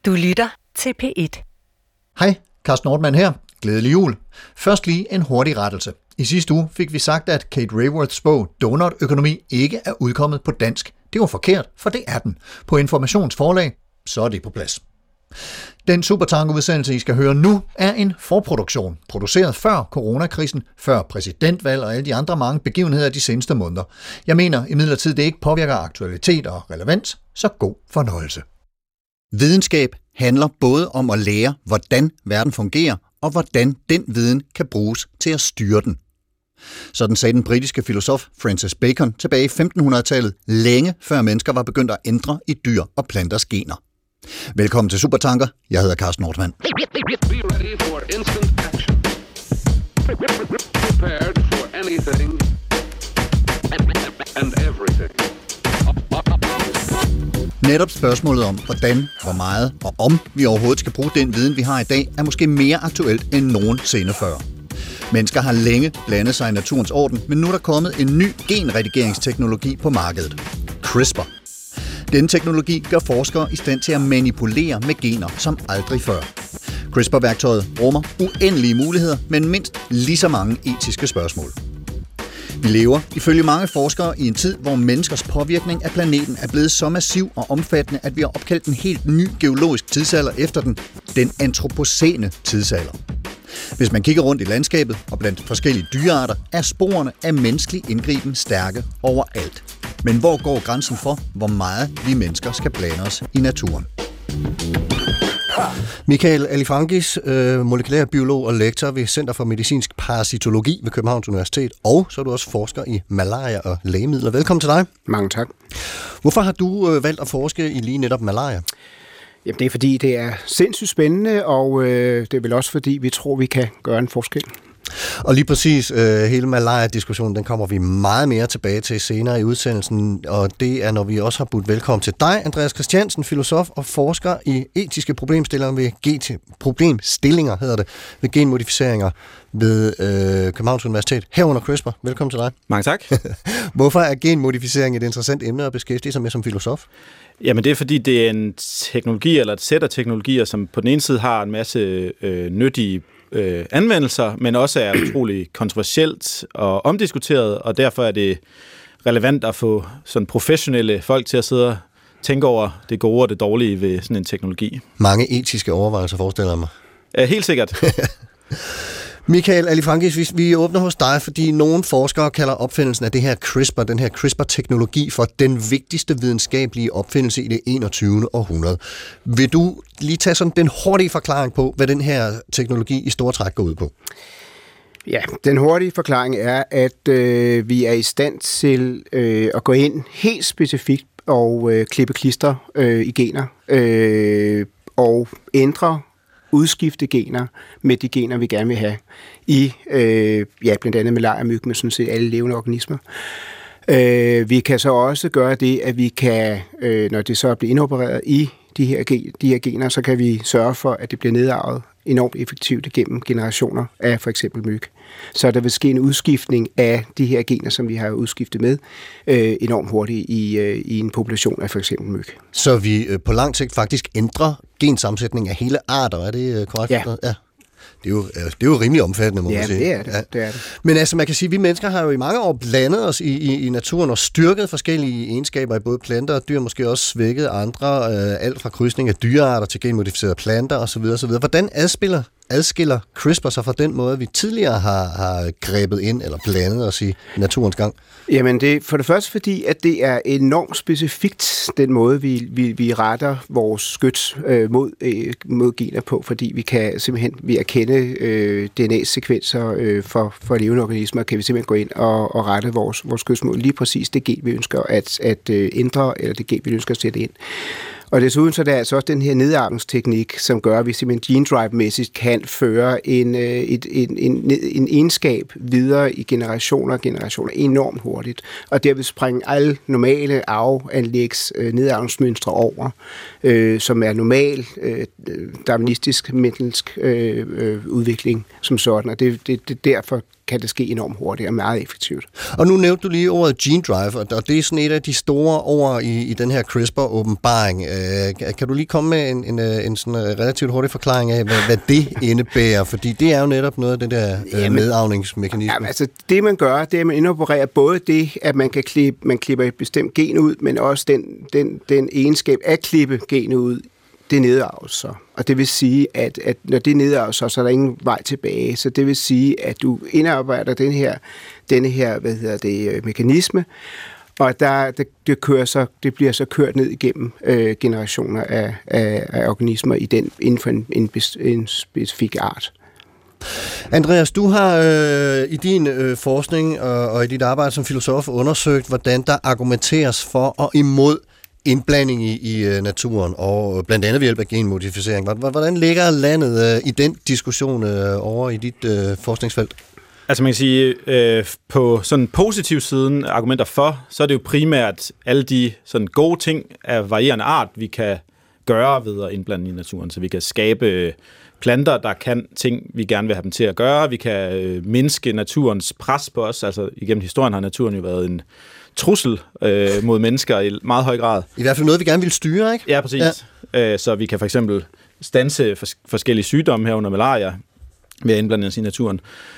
Du lytter til P1. Hej, Carsten Nordmann her. Glædelig jul. Først lige en hurtig rettelse. I sidste uge fik vi sagt, at Kate Raworths bog Donut-økonomi ikke er udkommet på dansk. Det var forkert, for det er den. På Informationsforlag, så er det på plads. Den Supertanker-udsendelse, I skal høre nu, er en forproduktion, produceret før coronakrisen, før præsidentvalg og alle de andre mange begivenheder de seneste måneder. Jeg mener imidlertid, det ikke påvirker aktualitet og relevans, så god fornøjelse. Videnskab handler både om at lære, hvordan verden fungerer, og hvordan den viden kan bruges til at styre den. Sådan sagde den britiske filosof Francis Bacon tilbage i 1500-tallet, længe før mennesker var begyndt at ændre i dyr og planters gener. Velkommen til Supertanker. Jeg hedder Carsten Nordmann. Netop spørgsmålet om, hvordan, hvor meget og om vi overhovedet skal bruge den viden, vi har i dag, er måske mere aktuelt end nogensinde før. Mennesker har længe blandet sig i naturens orden, men nu er der kommet en ny genredigeringsteknologi på markedet. CRISPR. Denne teknologi gør forskere i stand til at manipulere med gener som aldrig før. CRISPR-værktøjet rummer uendelige muligheder, men mindst lige så mange etiske spørgsmål. Vi lever, ifølge mange forskere, i en tid, hvor menneskers påvirkning af planeten er blevet så massiv og omfattende, at vi har opkaldt en helt ny geologisk tidsalder efter den antropocæne tidsalder. Hvis man kigger rundt i landskabet og blandt forskellige dyrearter, er sporene af menneskelig indgriben stærke overalt. Men hvor går grænsen for, hvor meget vi mennesker skal blande os i naturen? Michael Alifangis, molekylær biolog og lektor ved Center for Medicinsk Parasitologi ved Københavns Universitet, og så er du også forsker i malaria og lægemidler. Velkommen til dig. Mange tak. Hvorfor har du valgt at forske i lige netop malaria? Jamen, det er fordi, det er sindssygt spændende, og det er vel også fordi, vi tror, vi kan gøre en forskel. Og lige præcis hele malaria-diskussionen, den kommer vi meget mere tilbage til senere i udsendelsen, og det er, når vi også har budt velkommen til dig, Andreas Christiansen, filosof og forsker i etiske problemstillinger ved genmodificeringer ved Københavns Universitet, herunder CRISPR. Velkommen til dig. Mange tak. Hvorfor er genmodificering et interessant emne at beskæftige sig med som filosof? Jamen det er fordi, det er en teknologi eller et sæt af teknologier, som på den ene side har en masse nyttige anvendelser, men også er utrolig kontroversielt og omdiskuteret, og derfor er det relevant at få sådan professionelle folk til at sidde og tænke over det gode og det dårlige ved sådan en teknologi. Mange etiske overvejelser, forestiller jeg mig. Helt sikkert. Michael Alifangis, vi åbner hos dig, fordi nogle forskere kalder opfindelsen af det her CRISPR, den her CRISPR-teknologi, for den vigtigste videnskabelige opfindelse i det 21. århundrede. Vil du lige tage sådan den hurtige forklaring på, hvad den her teknologi i store træk går ud på? Ja, den hurtige forklaring er, at vi er i stand til at gå ind helt specifikt og klippe klister i gener og ændre udskifte gener med de gener, vi gerne vil have i blandt andet malariamyg, men sådan set alle levende organismer. Vi kan så også gøre det, at vi kan, når det så bliver indopereret i de her gener, så kan vi sørge for, at det bliver nedarvet enormt effektivt igennem generationer af for eksempel myg. Så der vil ske en udskiftning af de her gener, som vi har udskiftet med, enormt hurtigt i en population af for eksempel myg. Så vi på lang sigt faktisk ændrer gensammensætningen af hele arter, er det korrekt? Ja. Ja. Det er jo rimelig omfattende, må man sige. Det er det. Ja, det er det. Men altså, man kan sige, at vi mennesker har jo i mange år blandet os i naturen og styrket forskellige egenskaber i både planter og dyr, måske også svækket andre, alt fra krydsning af dyrearter til genmodificerede planter osv. osv. Hvordan adskiller CRISPR sig fra den måde, vi tidligere har grebet ind eller blandet os i naturens gang? Jamen, det er for det første fordi, at det er enormt specifikt, den måde, vi retter vores skyts mod gener på, fordi vi kan simpelthen ved at kende DNA-sekvenser for levende organismer, kan vi simpelthen gå ind og rette vores skyts mod lige præcis det gen, vi ønsker at ændre, eller det gen, vi ønsker at sætte ind. Og desuden så er der altså også den her nedarvningsteknik, som gør, at vi simpelthen gene drive-mæssigt kan føre en egenskab videre i generationer enormt hurtigt. Og derved springe alle normale arveanlægs nedarvningsmønstre over, som er normal darwinistisk mentalsk udvikling som sådan. Og det derfor kan det ske enormt hurtigt og meget effektivt. Og nu nævnte du lige ordet gene drive, og det er sådan et af de store ord i den her CRISPR-åbenbaring. Kan du lige komme med en sådan relativt hurtig forklaring af, hvad det indebærer? Fordi det er jo netop noget af det der medavningsmekanisme. Ja, altså det man gør, det er, at man indopererer både det, at man klipper et bestemt gen ud, men også den egenskab at klippe genet ud, det nedarves så. Og det vil sige, at når det nedarves så er der ingen vej tilbage. Så det vil sige, at du indarbejder denne her mekanisme, og det bliver så kørt ned igennem generationer af organismer inden for en specifik art. Andreas, du har i din forskning og i dit arbejde som filosof undersøgt, hvordan der argumenteres for og imod indblanding i naturen, og blandt andet ved hjælp af genmodificering. Hvordan ligger landet i den diskussion over i dit forskningsfelt? Altså man kan sige, på sådan positiv siden argumenter for, så er det jo primært alle de sådan gode ting af varierende art, vi kan gøre ved at indblande i naturen. Så vi kan skabe planter, der kan ting, vi gerne vil have dem til at gøre. Vi kan mindske naturens pres på os. Altså igennem historien har naturen jo været en trussel mod mennesker i meget høj grad. I hvert fald noget, vi gerne vil styre, ikke? Ja, præcis. Ja. Så vi kan for eksempel standse forskellige sygdomme herunder malaria ved at indblande os i naturen.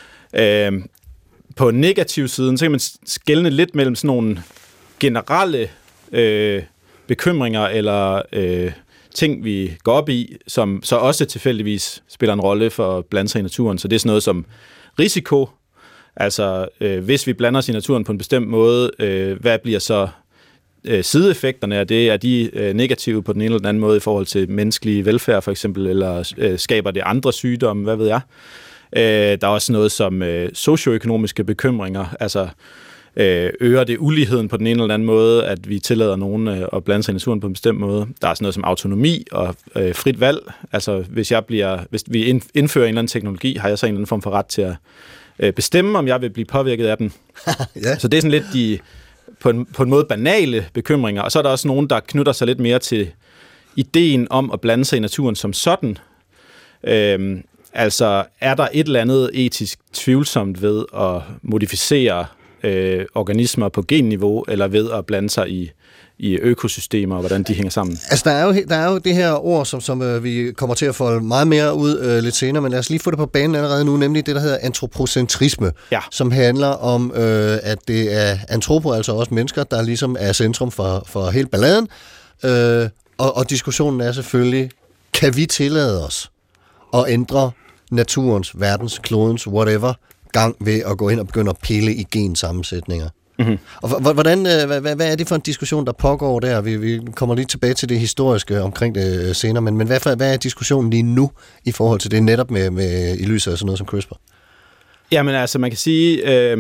På negativ siden, så kan man skelne lidt mellem sådan nogle generelle bekymringer eller ting, vi går op i, som så også tilfældigvis spiller en rolle for at blande sig i naturen. Så det er sådan noget som risiko. Altså, hvis vi blander os i naturen på en bestemt måde, hvad bliver så sideeffekterne af det? Er de negative på den ene eller den anden måde i forhold til menneskelig velfærd, for eksempel, eller skaber det andre sygdomme? Hvad ved jeg? Der er også noget som socioøkonomiske bekymringer, altså øger det uligheden på den ene eller anden måde, at vi tillader nogen at blande sig i naturen på en bestemt måde. Der er sådan noget som autonomi og frit valg. Altså, hvis vi indfører en eller anden teknologi, har jeg så en eller anden form for ret til at bestemme, om jeg vil blive påvirket af den. Ja. Så det er sådan lidt de på en måde banale bekymringer, og så er der også nogen, der knytter sig lidt mere til ideen om at blande sig i naturen som sådan. Altså, er der et eller andet etisk tvivlsomt ved at modificere organismer på genniveau, eller ved at blande sig i økosystemer, og hvordan de hænger sammen? Altså, der er jo det her ord, som vi kommer til at folde meget mere ud lidt senere, men lad os lige få det på banen allerede nu, nemlig det, der hedder antropocentrisme, som handler om, at det er antropo, altså også mennesker, der ligesom er centrum for hele balladen, og diskussionen er selvfølgelig, kan vi tillade os at ændre naturens, verdens, klodens, whatever, gang ved at gå ind og begynde at pille i gensammensætninger. Mm-hmm. Og hvad er det for en diskussion, der pågår der? Vi kommer lige tilbage til det historiske omkring det senere, men hvad er diskussionen lige nu i forhold til det, netop med i lyset af sådan noget som CRISPR? Jamen altså, man kan sige,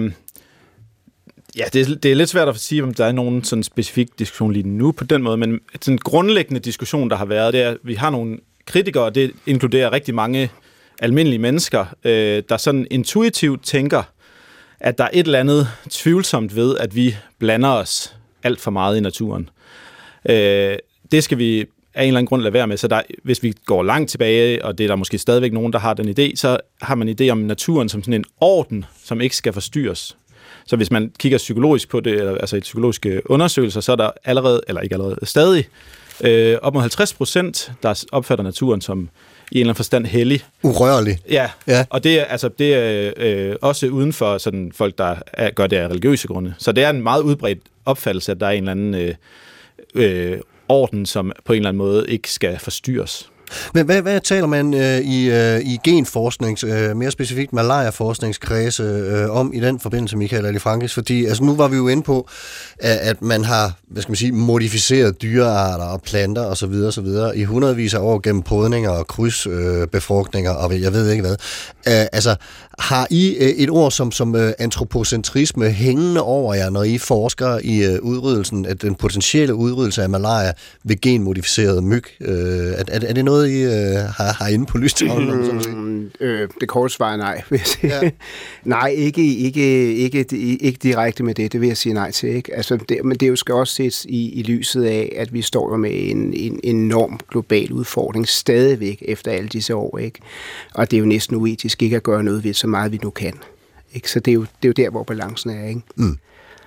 det er lidt svært at sige, om der er nogen sådan specifik diskussion lige nu på den måde, men den grundlæggende diskussion, der har været, det er, at vi har nogle kritikere, og det inkluderer rigtig mange almindelige mennesker, der sådan intuitivt tænker, at der er et eller andet tvivlsomt ved, at vi blander os alt for meget i naturen. Det skal vi af en eller anden grund lade være med, så hvis vi går langt tilbage, og det er der måske stadigvæk nogen, der har den idé, så har man idé om naturen som sådan en orden, som ikke skal forstyrres. Så hvis man kigger psykologisk på det, altså i psykologiske undersøgelser, så er der stadig op mod 50%, der opfatter naturen som i en eller anden forstand hellig. Urørlig. Ja. Og det er også uden for sådan folk, der gør det af religiøse grunde. Så det er en meget udbredt opfattelse, at der er en eller anden orden, som på en eller anden måde ikke skal forstyrres. Men hvad taler man i genforsknings, mere specifikt malaria-forskningskredse om i den forbindelse, Michael Alifrankis? Fordi altså, nu var vi jo inde på, at man har modificeret dyrearter og planter osv. i hundredvis af år gennem podninger og krydsbefrugtninger og jeg ved ikke hvad. Altså, har I et ord som antropocentrisme hængende over jer, når I forsker i udryddelsen, at den potentielle udryddelse af malaria ved genmodificeret myg? Er det noget, I har inde på lystavlen? Det korte svar er nej, vil jeg sige. Ja. Nej, ikke direkte med det vil jeg sige nej til. Ikke? Altså, men det jo skal også ses i lyset af, at vi står jo med en enorm global udfordring stadigvæk efter alle disse år. Ikke? Og det er jo næsten uetisk ikke at gøre noget ved så meget, vi nu kan. Ikke? Så det er jo der, hvor balancen er. Ikke? Mm.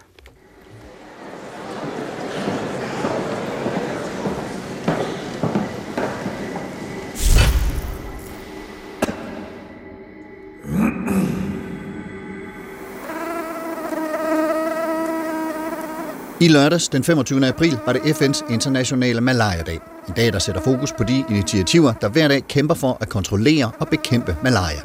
I lørdags den 25. april var det FN's internationale malaria-dag. En dag, der sætter fokus på de initiativer, der hver dag kæmper for at kontrollere og bekæmpe malaria.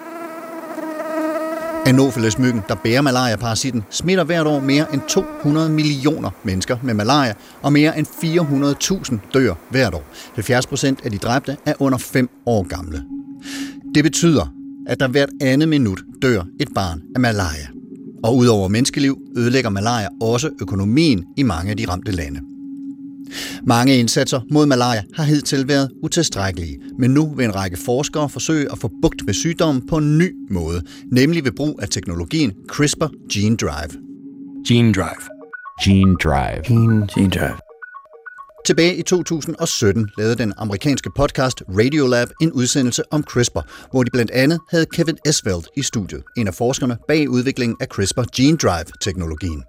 Anopheles-myggen, der bærer malaria-parasitten, smitter hvert år mere end 200 millioner mennesker med malaria, og mere end 400.000 dør hvert år. 70% af de dræbte er under 5 år gamle. Det betyder, at der hvert andet minut dør et barn af malaria. Og udover menneskeliv ødelægger malaria også økonomien i mange af de ramte lande. Mange indsatser mod malaria har hidtil været utilstrækkelige, men nu vil en række forskere forsøge at få bugt med sygdommen på en ny måde, nemlig ved brug af teknologien CRISPR Gene Drive. Gene Drive. Gene Drive. Gene Drive. Tilbage i 2017 lavede den amerikanske podcast Radiolab en udsendelse om CRISPR, hvor de blandt andet havde Kevin Esveld i studiet, en af forskerne bag udviklingen af CRISPR Gene Drive-teknologien.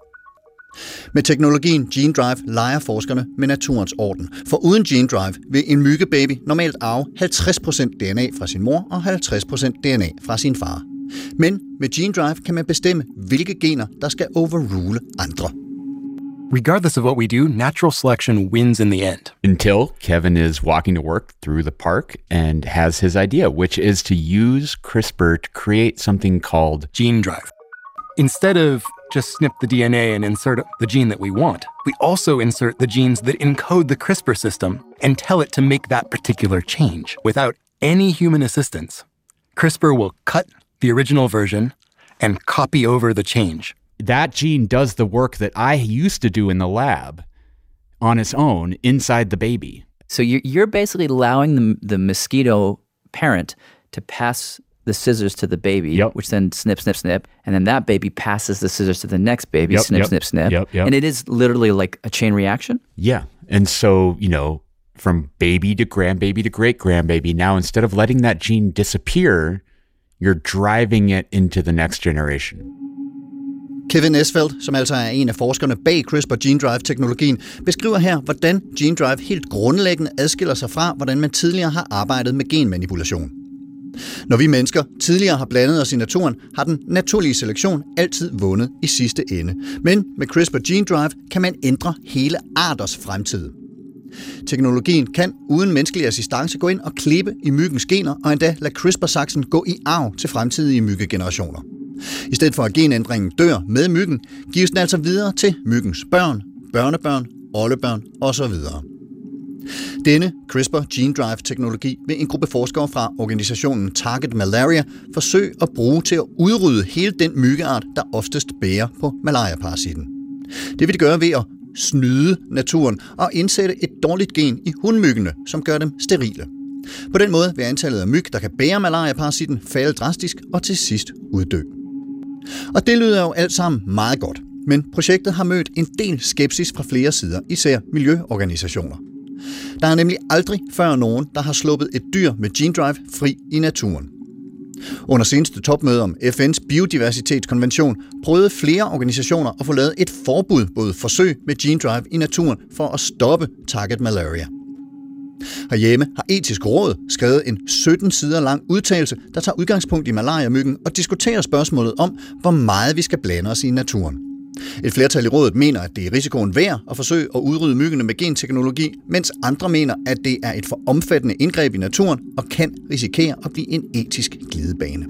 Med teknologien Gene Drive leger forskerne med naturens orden, for uden Gene Drive vil en myggebaby normalt arve 50% DNA fra sin mor og 50% DNA fra sin far. Men med Gene Drive kan man bestemme, hvilke gener, der skal overrule andre. Regardless of what we do, natural selection wins in the end. Until Kevin is walking to work through the park and has his idea, which is to use CRISPR to create something called Gene Drive. Instead of just snip the DNA and insert the gene that we want, we also insert the genes that encode the CRISPR system and tell it to make that particular change without any human assistance. CRISPR will cut the original version and copy over the change. that gene does the work that I used to do in the lab on its own inside the baby. So you're basically allowing the mosquito parent to pass the scissors to the baby, Yep. which then snip, snip, snip. And then that baby passes the scissors to the next baby, snip, snip, snip. Yep. And it is literally like a chain reaction? Yeah. And so, from baby to grandbaby to great-grandbaby, now instead of letting that gene disappear, you're driving it into the next generation. Kevin Esveld, som altså er en af forskerne bag CRISPR Gene Drive-teknologien, beskriver her, hvordan Gene Drive helt grundlæggende adskiller sig fra, hvordan man tidligere har arbejdet med genmanipulation. Når vi mennesker tidligere har blandet os i naturen, har den naturlige selektion altid vundet i sidste ende. Men med CRISPR Gene Drive kan man ændre hele arters fremtid. Teknologien kan uden menneskelig assistance gå ind og klippe i myggens gener, og endda lade CRISPR-saksen gå i arv til fremtidige myggegenerationer. I stedet for at genændringen dør med myggen, gives den altså videre til myggens børn, børnebørn, oldebørn osv. Denne CRISPR Gene Drive-teknologi vil en gruppe forskere fra organisationen Target Malaria forsøge at bruge til at udrydde hele den myggeart, der oftest bærer på malariaparasitten. Det vil de gøre ved at snyde naturen og indsætte et dårligt gen i hunmyggene, som gør dem sterile. På den måde vil antallet af myg, der kan bære malariaparasitten, falde drastisk og til sidst uddø. Og det lyder jo alt sammen meget godt, men projektet har mødt en del skepsis fra flere sider, især miljøorganisationer. Der er nemlig aldrig før nogen, der har sluppet et dyr med Gene Drive fri i naturen. Under seneste topmøde om FN's biodiversitetskonvention prøvede flere organisationer at få lavet et forbud mod forsøg med Gene Drive i naturen for at stoppe Target Malaria. Herhjemme har Etisk Råd skrevet en 17 sider lang udtalelse, der tager udgangspunkt i malariamyggen og diskuterer spørgsmålet om, hvor meget vi skal blande os i naturen. Et flertal i rådet mener, at det er risikoen værd at forsøge at udrydde myggene med genteknologi, mens andre mener, at det er et for omfattende indgreb i naturen og kan risikere at blive en etisk glidebane.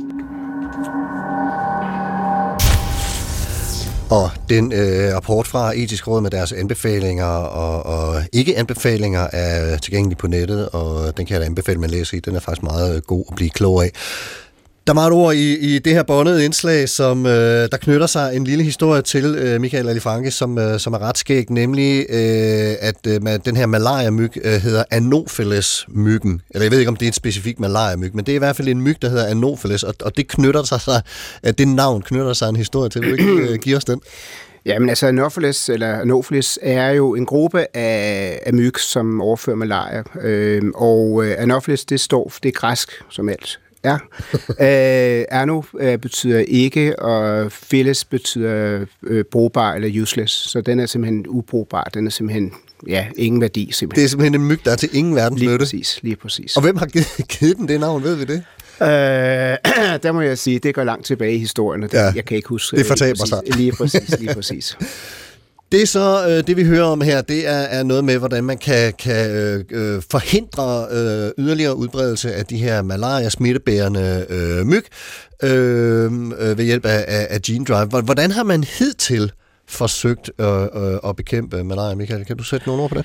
Og den rapport fra Etisk Råd med deres anbefalinger og ikke-anbefalinger er tilgængelig på nettet, og den kan jeg da anbefale, man læser i. Den er faktisk meget god at blive klog af. Der er meget ord i det her båndede indslag, som der knytter sig en lille historie til Michael Alifranke, som er ret skæg, nemlig at den her malaria-myg hedder Anopheles-myggen. Eller jeg ved ikke, om det er en specifik malaria-myg, men det er i hvert fald en myg, der hedder Anopheles, og det knytter sig, at det navn knytter sig en historie til. Vil du ikke give os den? Jamen altså Anopheles er jo en gruppe af myg, som overfører malaria. Og Anopheles, det er græsk som alt. Ja. Erno betyder ikke, og Phyllis betyder brugbar eller useless, så den er simpelthen ubrugbar. Den er simpelthen, ingen værdi simpelthen. Det er simpelthen en myg, der er til ingen verdens nytte. Lige præcis. Og hvem har givet den det navn, ved vi det? Der må jeg sige, det går langt tilbage i historien, og jeg kan ikke huske. Det fortaber sig. Lige præcis. Det er så det, vi hører om her, det er noget med, hvordan man kan forhindre yderligere udbredelse af de her malaria-smittebærende myg ved hjælp af Gene Drive. Hvordan har man hidtil forsøgt at bekæmpe malaria, Michael? Kan du sætte nogle ord på det?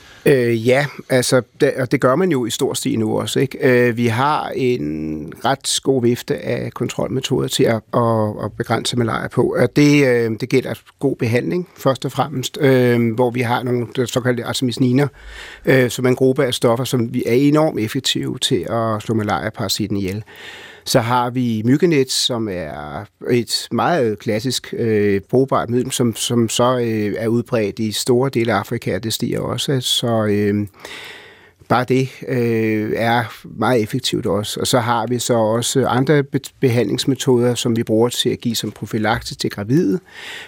Og det gør man jo i stor stil nu også, ikke? Vi har en ret god vifte af kontrolmetoder til at begrænse malaria på, og det gælder god behandling, først og fremmest, hvor vi har nogle såkaldte artemisniner, som er en gruppe af stoffer, som vi er enormt effektive til at slå malaria-parasitten ihjel. Så har vi myggenet, som er et meget klassisk brugbart middel, som så er udbredt i store dele af Afrika, det stiger også. Så bare det er meget effektivt også. Og så har vi så også andre behandlingsmetoder, som vi bruger til at give som profylakse til gravide,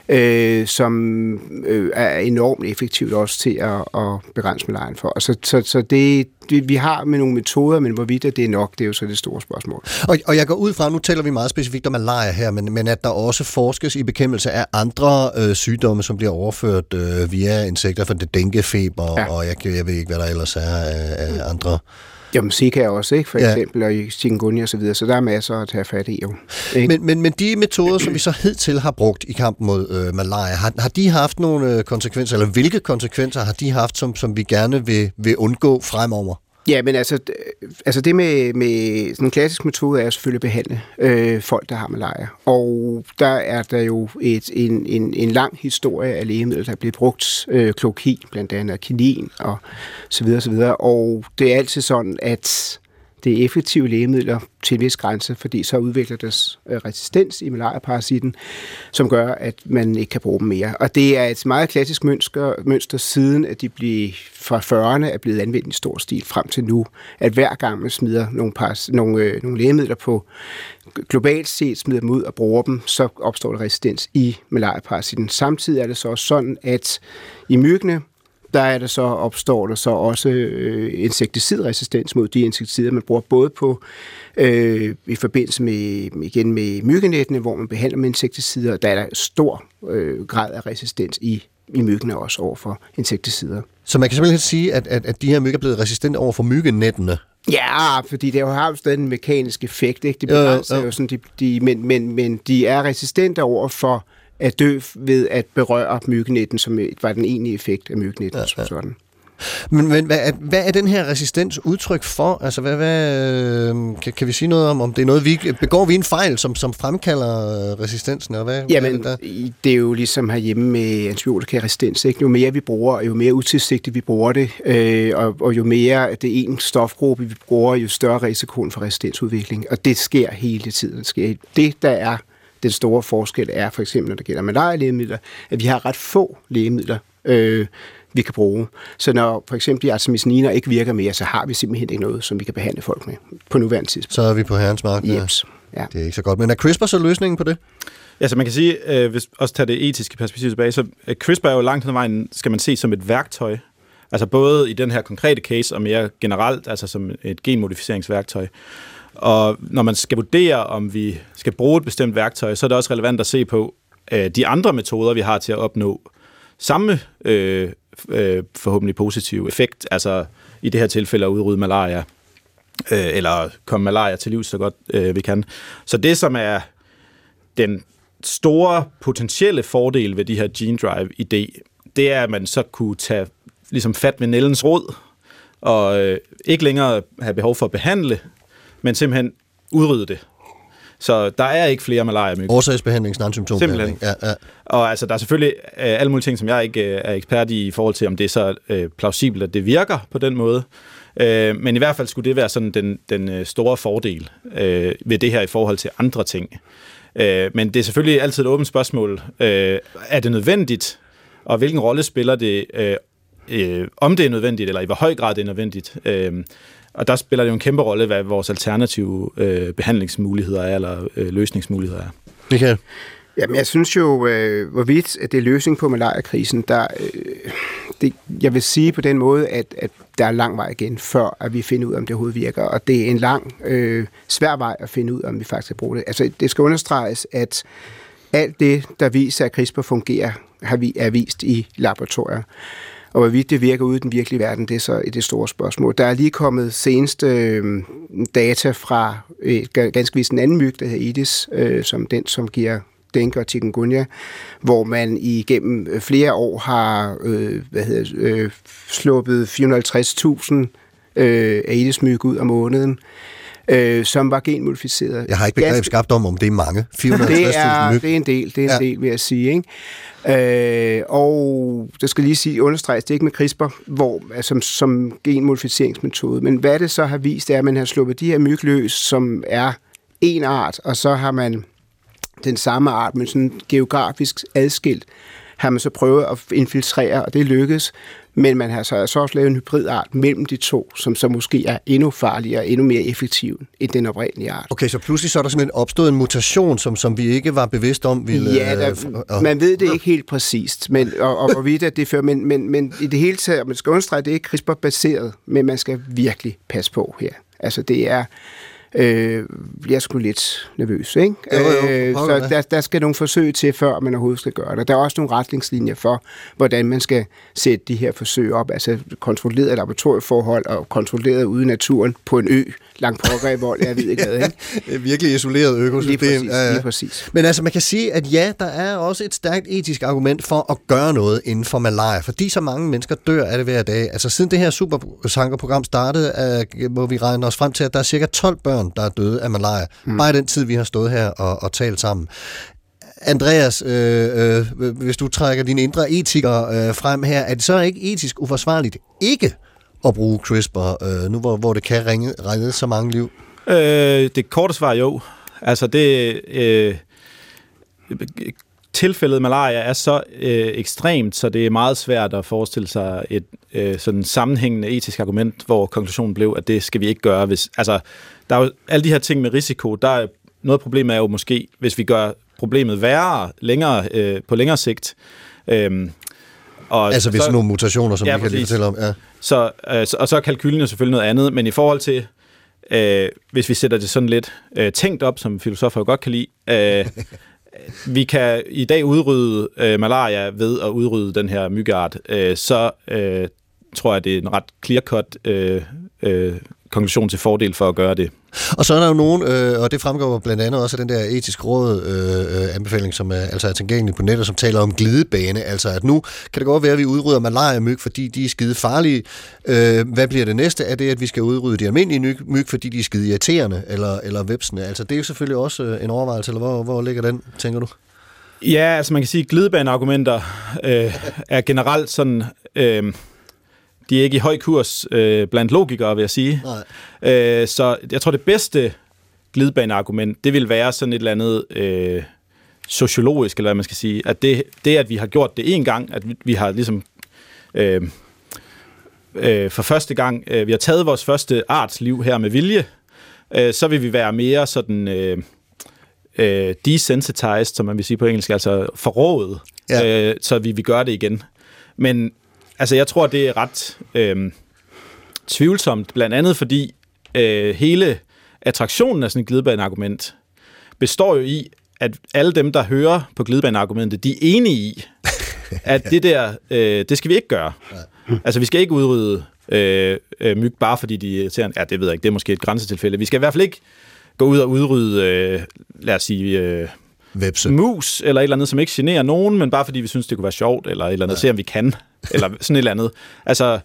som er enormt effektivt også til at begrænse malariaen for. Og så det vi har med nogle metoder, men hvorvidt det er nok, det er jo så det store spørgsmål. Og jeg går ud fra, nu taler vi meget specifikt om malaria her, men at der også forskes i bekæmpelse af andre sygdomme, som bliver overført via insekter, for det denguefeber, og jeg ved ikke, hvad der ellers er af andre. Jamen, Zika også, ikke? For eksempel, og chikungunya og så videre, så der er masser at tage fat i jo. Men de metoder, som vi så hidtil har brugt i kampen mod malaria, har de haft nogle konsekvenser, eller hvilke konsekvenser har de haft, som vi gerne vil undgå fremover? Ja, men altså det med sådan en klassisk metode er selvfølgelig at behandle folk, der har malaria. Og der er der jo en lang historie af lægemidler, der er blevet brugt. Klorokin, blandt andet kinin og så videre. Og det er altid sådan, at det er effektive lægemidler til en vis grænse, fordi så udvikler deres resistens i malariaparasitten, som gør, at man ikke kan bruge dem mere. Og det er et meget klassisk mønster siden, at de fra 40'erne er blevet anvendt i stor stil frem til nu, at hver gang man smider nogle lægemidler på globalt set, smider dem ud og bruger dem, så opstår der resistens i malariaparasitten. Samtidig er det så også sådan, at i myggene, opstår der så også insekticidresistens mod de insekticider, man bruger både på i forbindelse med myggenettene, hvor man behandler med insekticider, der er der stor grad af resistens i myggene også over for insekticider. Så man kan simpelthen sige, at de her myg er blevet resistente over for myggenettene? Ja, fordi det har jo stadig en mekanisk effekt, ikke? Det begrænser jo sådan, men de er resistente over for at dø ved at berøre myggenetten, som var den egentlige effekt af myggenetten som sådan. Men hvad er den her resistens udtryk for? Altså, kan vi sige noget om det er noget, begår vi en fejl, som fremkalder resistensen? Og Jamen, det er jo ligesom herhjemme med antibiotikaresistens, ikke? Jo mere vi bruger, jo mere utilsigtet vi bruger det, og jo mere det er en stofgruppe, vi bruger, jo større risikoen for resistensudvikling. Og det sker hele tiden. Det, der er den store forskel er for eksempel, når det gælder malaria-lægemidler, at vi har ret få lægemidler, vi kan bruge. Så når for eksempel de artemisiner ikke virker mere, så har vi simpelthen ikke noget, som vi kan behandle folk med på nuværende tidspunkt. Så er vi på herrens mark. Jeps. Ja. Det er ikke så godt. Men er CRISPR så løsningen på det? Ja, så man kan sige, hvis også tager det etiske perspektiv tilbage, så CRISPR er jo langt hen ad vejen, skal man se som et værktøj. Altså både i den her konkrete case, og mere generelt, altså som et genmodificeringsværktøj. Og når man skal vurdere, om vi skal bruge et bestemt værktøj, så er det også relevant at se på de andre metoder, vi har til at opnå samme forhåbentlig positiv effekt, altså i det her tilfælde at udrydde malaria, eller komme malaria til livs så godt vi kan. Så det, som er den store potentielle fordel ved de her Gene Drive-idé, det er, at man så kunne tage ligesom fat ved nældens rod, og ikke længere have behov for at behandle, men simpelthen udrydde det. Så der er ikke flere malaria-myg. Årsagsbehandling, snart symptombehandling. Ja. Og altså, der er selvfølgelig alle mulige ting, som jeg ikke er ekspert i forhold til, om det er så plausibelt, at det virker på den måde. Men i hvert fald skulle det være sådan den store fordel ved det her i forhold til andre ting. Men det er selvfølgelig altid et åbent spørgsmål. Er det nødvendigt? Og hvilken rolle spiller det, om det er nødvendigt, eller i hvor høj grad det er nødvendigt? Og der spiller det jo en kæmpe rolle, hvad vores alternative behandlingsmuligheder er, eller løsningsmuligheder er. Michael? Jamen, jeg synes jo, hvorvidt at det er løsning på malariakrisen, jeg vil sige på den måde, at der er lang vej igen, før at vi finder ud af, om det overhovedet virker. Og det er en lang, svær vej at finde ud af, om vi faktisk kan bruge det. Altså, det skal understreges, at alt det, der viser, at CRISPR fungerer, er vist i laboratorier. Og hvorvidt det virker ude i den virkelige verden, det er så det store spørgsmål. Der er lige kommet seneste data fra ganske vist en anden myg, der hedder Aedes, som giver dengue og chikungunya, hvor man igennem flere år har sluppet 450.000 Aedes-myg ud om måneden, som var genmodificeret. Jeg har ikke begreb skabt om det er mange. 450.000 myg. Det er en del, del, vil jeg sige, ikke? Og det skal lige understreges, det er ikke med CRISPR, som genmodificeringsmetode, men hvad det så har vist, er, at man har sluppet de her myg løs, som er en art, og så har man den samme art, men sådan geografisk adskilt, har man så prøvet at infiltrere, og det lykkedes, men man har så også lavet en hybridart mellem de to, som så måske er endnu farligere og endnu mere effektiv end den oprindelige art. Okay, så pludselig så er der simpelthen opstået en mutation, som vi ikke var bevidst om. Man ved det ikke helt præcist, og hvorvidt at det fører, men i det hele taget, man skal understrege, det er ikke CRISPR-baseret, men man skal virkelig passe på her. Altså det er jeg skulle lidt nervøs, ikke? Så der skal nogle forsøg til, før man overhovedet skal gøre det. Der er også nogle retningslinjer for, hvordan man skal sætte de her forsøg op, altså kontrolleret laboratorieforhold og kontrolleret ude i naturen på en ø, langt pågrebvold, jeg ved ikke hvad, ikke? Virkelig isoleret økosystem. Lige præcis. Men altså, man kan sige, at ja, der er også et stærkt etisk argument for at gøre noget inden for malaria, fordi så mange mennesker dør af det hver dag. Altså, siden det her supertankerprogram startede, må vi regne os frem til, at der er cirka 12 børn, der er døde af malaria. Bare i den tid, vi har stået her og talt sammen. Andreas, hvis du trækker dine indre etikere frem her, er det så ikke etisk uforsvarligt ikke at bruge CRISPR, nu hvor det kan redde så mange liv? Det korte svar jo. Altså tilfældet malaria er så ekstremt, så det er meget svært at forestille sig et sådan sammenhængende etisk argument, hvor konklusionen blev, at det skal vi ikke gøre. Der er jo alle de her ting med risiko. Der er noget problem er jo måske, hvis vi gør problemet værre på længere sigt. Altså hvis nogle mutationer, som vi kan lige fortælle om. Ja. Og så er kalkylen jo selvfølgelig noget andet, men i forhold til, hvis vi sætter det sådan lidt tænkt op, som filosofer jo godt kan lide, vi kan i dag udrydde malaria ved at udrydde den her myggeart, så tror jeg, det er en ret clear-cut konklusion til fordel for at gøre det. Og så er der jo nogen, og det fremgår blandt andet også af den der etisk råd anbefaling, som altså er tilgængelig på nettet, som taler om glidebane, altså at nu kan det godt være, at vi udrydder malaria-myg, fordi de er skide farlige. Hvad bliver det næste? Er det, at vi skal udrydde de almindelige myg, fordi de er skide irriterende, eller vepsene? Altså det er jo selvfølgelig også en overvejelse, eller hvor ligger den, tænker du? Ja, altså man kan sige, at glidebaneargumenter er generelt sådan... de er ikke i høj kurs blandt logikere, vil jeg sige. Så jeg tror, det bedste glidebaneargument, det vil være sådan et eller andet sociologisk, eller hvad man skal sige, at det at vi har gjort det en gang, at vi har ligesom for første gang, vi har taget vores første artsliv her med vilje, så vil vi være mere sådan desensitized, som man vil sige på engelsk, altså forrådet, så vi vil gøre det igen. Men altså, jeg tror, det er ret tvivlsomt, blandt andet fordi hele attraktionen af sådan et glidebaneargument består jo i, at alle dem, der hører på glidebaneargumentet, de er enige i, at det der, det skal vi ikke gøre. Altså, vi skal ikke udrydde myg, bare fordi de er irriterende. Ja, det ved jeg ikke, det er måske et grænsetilfælde. Vi skal i hvert fald ikke gå ud og udrydde, lad os sige... Vepse. Mus, eller et eller andet, som ikke generer nogen, men bare fordi vi synes, det kunne være sjovt, eller et eller andet, se om vi kan, eller sådan et eller andet. Altså,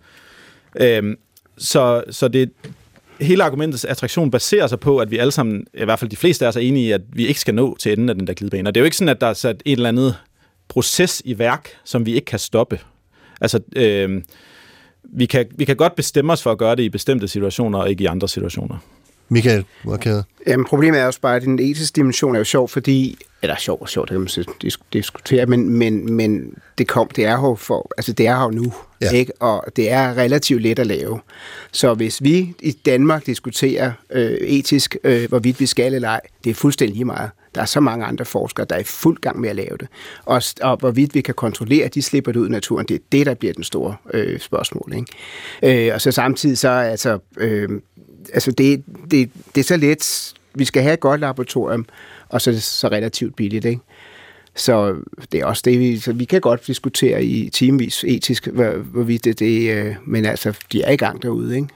så det hele argumentets attraktion baserer sig på, at vi alle sammen, i hvert fald de fleste af os, er enige i, at vi ikke skal nå til enden af den der glidebane. Og det er jo ikke sådan, at der er sat et eller andet proces i værk, som vi ikke kan stoppe. Altså, vi kan godt bestemme os for at gøre det i bestemte situationer, og ikke i andre situationer. Michael, hvor Jamen, problemet er også bare, at den etiske dimension er jo sjov, fordi... Eller sjov, det kan man diskutere, men det er her jo nu, ikke? Og det er relativt let at lave. Så hvis vi i Danmark diskuterer etisk, hvorvidt vi skal eller ej, det er fuldstændig lige meget. Der er så mange andre forskere, der er i fuld gang med at lave det. Og hvorvidt vi kan kontrollere, at de slipper det ud i naturen, det er det, der bliver den store spørgsmål, ikke? Og så samtidig så det er så let. Vi skal have et godt laboratorium, og så er det så relativt billigt, ikke? Så det er også det, vi kan godt diskutere i timevis etisk, hvorvidt det men altså, de er i gang derude, ikke?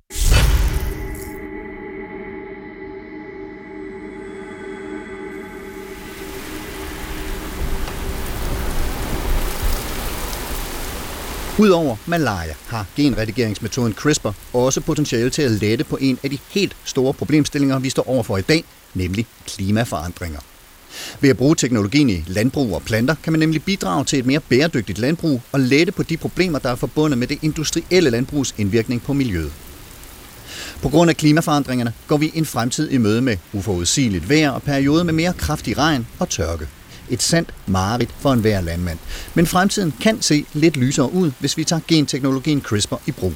Udover malaria har genredigeringsmetoden CRISPR også potentiale til at lette på en af de helt store problemstillinger, vi står overfor i dag, nemlig klimaforandringer. Ved at bruge teknologien i landbrug og planter, kan man nemlig bidrage til et mere bæredygtigt landbrug og lette på de problemer, der er forbundet med det industrielle landbrugs indvirkning på miljøet. På grund af klimaforandringerne går vi en fremtid i møde med uforudsigeligt vejr og perioder med mere kraftig regn og tørke. Et sandt mareridt for enhver landmand. Men fremtiden kan se lidt lysere ud, hvis vi tager genteknologien CRISPR i brug.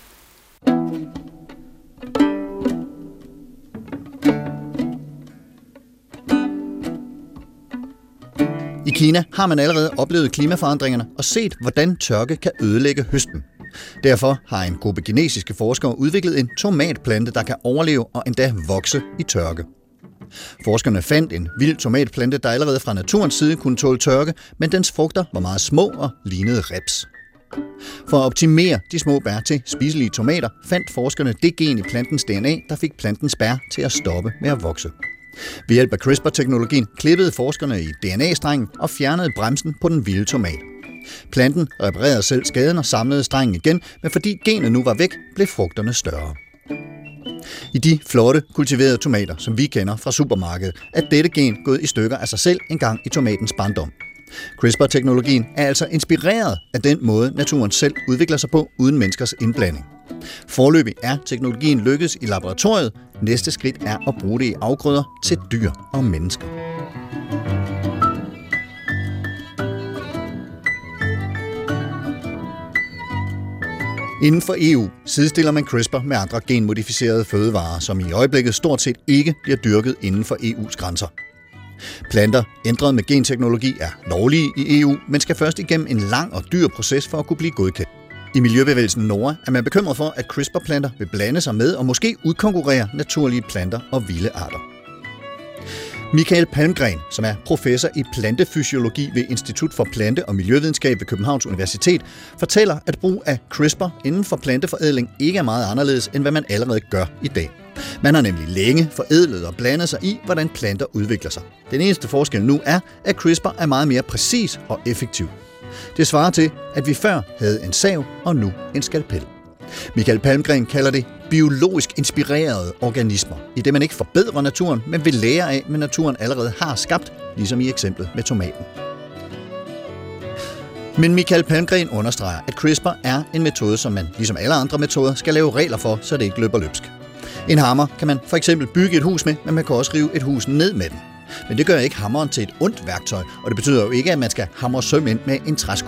I Kina har man allerede oplevet klimaforandringerne og set, hvordan tørke kan ødelægge høsten. Derfor har en gruppe kinesiske forskere udviklet en tomatplante, der kan overleve og endda vokse i tørke. Forskerne fandt en vild tomatplante, der allerede fra naturens side kunne tåle tørke, men dens frugter var meget små og lignede ribs. For at optimere de små bær til spiselige tomater, fandt forskerne det gen i plantens DNA, der fik plantens bær til at stoppe med at vokse. Ved hjælp af CRISPR-teknologien klippede forskerne i DNA-strengen og fjernede bremsen på den vilde tomat. Planten reparerede selv skaden og samlede strengen igen, men fordi genet nu var væk, blev frugterne større. I de flotte, kultiverede tomater, som vi kender fra supermarkedet, er dette gen gået i stykker af sig selv en gang i tomatens barndom. CRISPR-teknologien er altså inspireret af den måde, naturen selv udvikler sig på uden menneskers indblanding. Foreløbig er teknologien lykkedes i laboratoriet. Næste skridt er at bruge det i afgrøder til dyr og mennesker. Inden for EU sidestiller man CRISPR med andre genmodificerede fødevarer, som i øjeblikket stort set ikke bliver dyrket inden for EU's grænser. Planter ændret med genteknologi er lovlige i EU, men skal først igennem en lang og dyr proces for at kunne blive godkendt. I miljøbevægelsen NORA er man bekymret for, at CRISPR-planter vil blande sig med og måske udkonkurrere naturlige planter og vilde arter. Michael Palmgren, som er professor i plantefysiologi ved Institut for Plante- og Miljøvidenskab ved Københavns Universitet, fortæller, at brug af CRISPR inden for planteforædling ikke er meget anderledes, end hvad man allerede gør i dag. Man har nemlig længe forædlet og blandet sig i, hvordan planter udvikler sig. Den eneste forskel nu er, at CRISPR er meget mere præcis og effektiv. Det svarer til, at vi før havde en sav og nu en skalpel. Michael Palmgren kalder det biologisk inspirerede organismer, i det man ikke forbedrer naturen, men vil lære af, hvad naturen allerede har skabt, ligesom i eksemplet med tomaten. Men Michael Palmgren understreger, at CRISPR er en metode, som man, ligesom alle andre metoder, skal lave regler for, så det ikke løber løbsk. En hammer kan man for eksempel bygge et hus med, men man kan også rive et hus ned med den. Men det gør ikke hammeren til et ondt værktøj, og det betyder jo ikke, at man skal hamre søm ind med en træsko.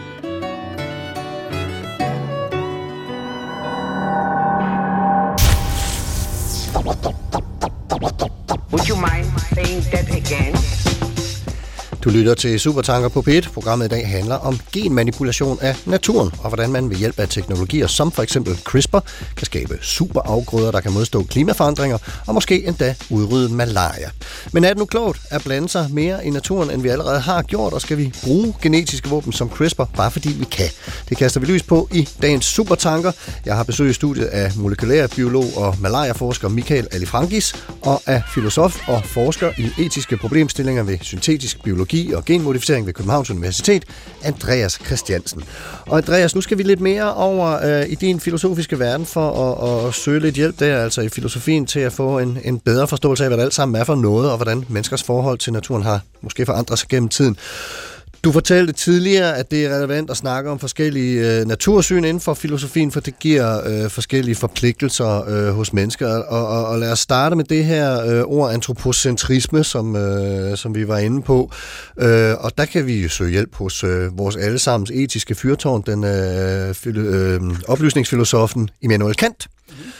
Would you mind saying that again? Du lytter til Supertanker på P1. Programmet i dag handler om genmanipulation af naturen, og hvordan man ved hjælp af teknologier som for eksempel CRISPR kan skabe superafgrøder, der kan modstå klimaforandringer, og måske endda udrydde malaria. Men er det nu klogt at blande sig mere i naturen, end vi allerede har gjort, og skal vi bruge genetiske våben som CRISPR, bare fordi vi kan? Det kaster vi lys på i dagens Supertanker. Jeg har besøg i studiet af molekylærbiolog og malariaforsker Michael Alifrangis, og af filosof og forsker i etiske problemstillinger ved syntetisk biologi og genmodificering ved Københavns Universitet, Andreas Christiansen. Og Andreas, nu skal vi lidt mere over i din filosofiske verden for at søge lidt hjælp der, altså i filosofien, til at få en bedre forståelse af, hvad det alt sammen er for noget, og hvordan menneskers forhold til naturen har måske forandret sig gennem tiden. Du fortalte tidligere, at det er relevant at snakke om forskellige natursyn inden for filosofien, for det giver forskellige forpligtelser hos mennesker. Og lad os starte med det her ord antropocentrisme, som vi var inde på. Og der kan vi jo søge hjælp hos vores allesammens etiske fyrtårn, den oplysningsfilosofen Immanuel Kant.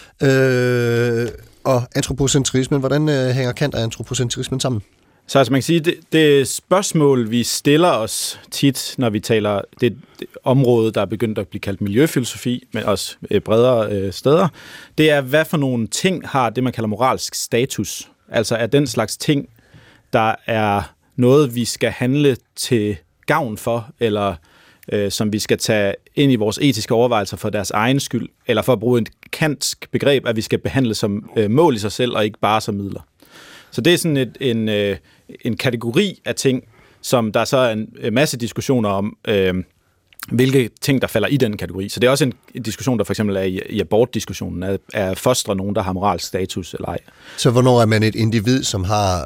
Og antropocentrismen, hvordan hænger Kant og antropocentrismen sammen? Så altså man kan sige, det spørgsmål, vi stiller os tit, når vi taler det område, der er begyndt at blive kaldt miljøfilosofi, men også bredere steder, det er, hvad for nogle ting har det, man kalder moralsk status? Altså er den slags ting, der er noget, vi skal handle til gavn for, eller som vi skal tage ind i vores etiske overvejelser for deres egen skyld, eller for at bruge et kantsk begreb, at vi skal behandle som mål i sig selv, og ikke bare som midler. Så det er sådan en kategori af ting, som der så er en masse diskussioner om, hvilke ting, der falder i den kategori. Så det er også en diskussion, der for eksempel er i abortdiskussionen, er fostre nogen, der har moralsk status eller ej. Så hvornår er man et individ, som har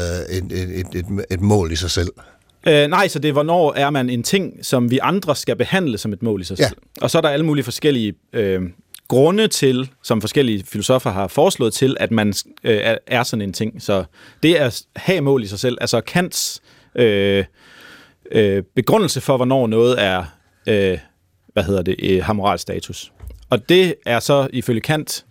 et mål i sig selv? Nej, så det er, hvornår er man en ting, som vi andre skal behandle som et mål i sig selv. Og så er der alle mulige forskellige grunde til, som forskellige filosofer har foreslået til, at man er sådan en ting. Så det er at have mål i sig selv. Altså Kants begrundelse for, hvornår noget er har moralsk status. Og det er så ifølge Kant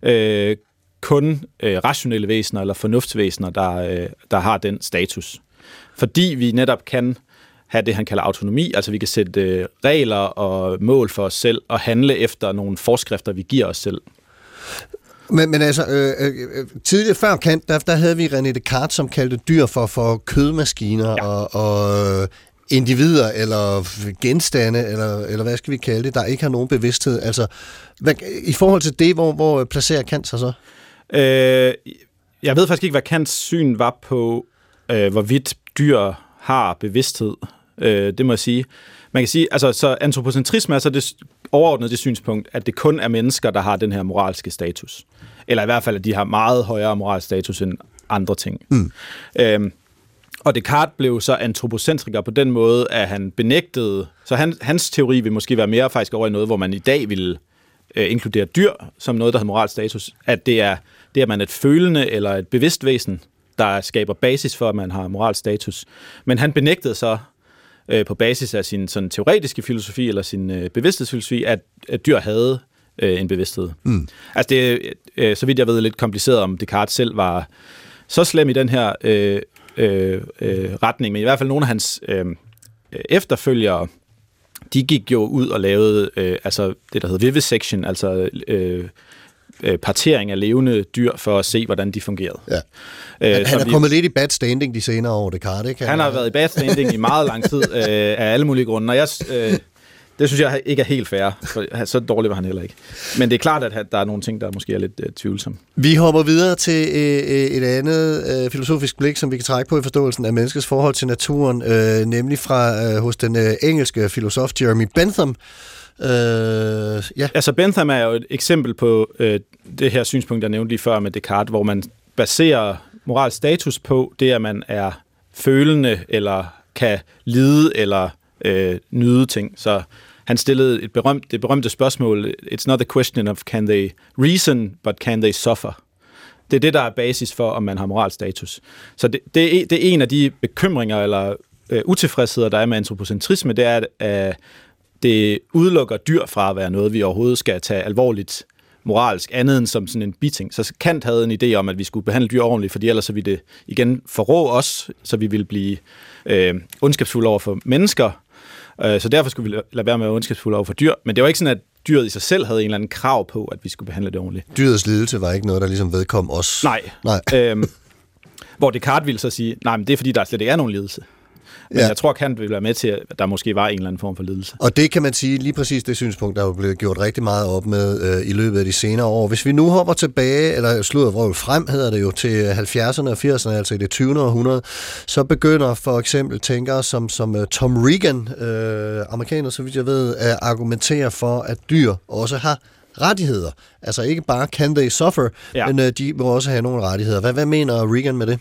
kun rationelle væsener eller fornuftsvæsener, der har den status. Fordi vi netop kan have det, han kalder autonomi, altså vi kan sætte regler og mål for os selv og handle efter nogle forskrifter, vi giver os selv. Men altså, tidligere før Kant, der havde vi René Descartes, som kaldte dyr for kødmaskiner og individer eller genstande, eller hvad skal vi kalde det, der ikke har nogen bevidsthed. Altså, i forhold til det, hvor placerer Kant sig så? Jeg ved faktisk ikke, hvad Kants syn var på, hvorvidt dyr har bevidsthed. Det må jeg sige. Man kan sige, altså, så antropocentrisme er så det overordnede det synspunkt, at det kun er mennesker, der har den her moralske status. Eller i hvert fald, at de har meget højere moralsk status end andre ting. Og Descartes blev så antropocentriker på den måde, at han benægtede, så hans teori vil måske være mere faktisk over i noget, hvor man i dag vil inkludere dyr som noget, der har moralsk status, at det er, at man er et følende eller et bevidst væsen, der skaber basis for, at man har moralsk status. Men han benægtede så på basis af sin sådan teoretiske filosofi eller sin bevidsthedsfilosofi, at dyr havde en bevidsthed. Altså det er, så vidt jeg ved, lidt kompliceret, om Descartes selv var så slem i den her retning, men i hvert fald nogle af hans efterfølgere, de gik jo ud og lavede altså det, der hedder vivisection, altså partering af levende dyr for at se, hvordan de fungerede. Ja. Han er kommet lidt i bad standing de senere år, Descartes, ikke? Han har været i bad standing i meget lang tid af alle mulige grunde, og det synes jeg ikke er helt fair, for så dårlig var han heller ikke. Men det er klart, at der er nogle ting, der måske er lidt tvivlsomme. Vi hopper videre til et andet filosofisk blik, som vi kan trække på i forståelsen af menneskets forhold til naturen, nemlig fra hos den engelske filosof Jeremy Bentham. Altså Bentham er jo et eksempel på det her synspunkt, jeg nævnte lige før med Descartes, hvor man baserer moralsk status på det, at man er følende eller kan lide eller nyde ting. Så han stillede det berømte spørgsmål, it's not a question of can they reason, but can they suffer? Det er det, der er basis for, om man har moralsk status. Så det er en af de bekymringer eller utilfredsheder, der er med antropocentrisme, det er, at det udelukker dyr fra at være noget, vi overhovedet skal tage alvorligt moralsk, andet end som sådan en biting. Så Kant havde en idé om, at vi skulle behandle dyr ordentligt, fordi ellers så ville det igen forrå os, så vi ville blive ondskabsfulde over for mennesker. Så derfor skulle vi lade være med at være ondskabsfulde over for dyr. Men det var ikke sådan, at dyret i sig selv havde en eller anden krav på, at vi skulle behandle det ordentligt. Dyrets lidelse var ikke noget, der ligesom vedkom os? Nej. Hvor Descartes ville så sige, nej, men det er fordi, der slet ikke er nogen lidelse. Men jeg tror, Kant vil være med til, at der måske var en eller anden form for lidelse. Og det kan man sige, lige præcis det synspunkt, der er blevet gjort rigtig meget op med i løbet af de senere år. Hvis vi nu hopper tilbage, eller sludder frem, hedder det jo, til 70'erne og 80'erne, altså i det 20. århundrede, så begynder for eksempel tænkere som Tom Regan, amerikaner, så vidt jeg ved, at argumentere for, at dyr også har rettigheder. Altså ikke bare can they suffer, men de må også have nogle rettigheder. Hvad mener Regan med det?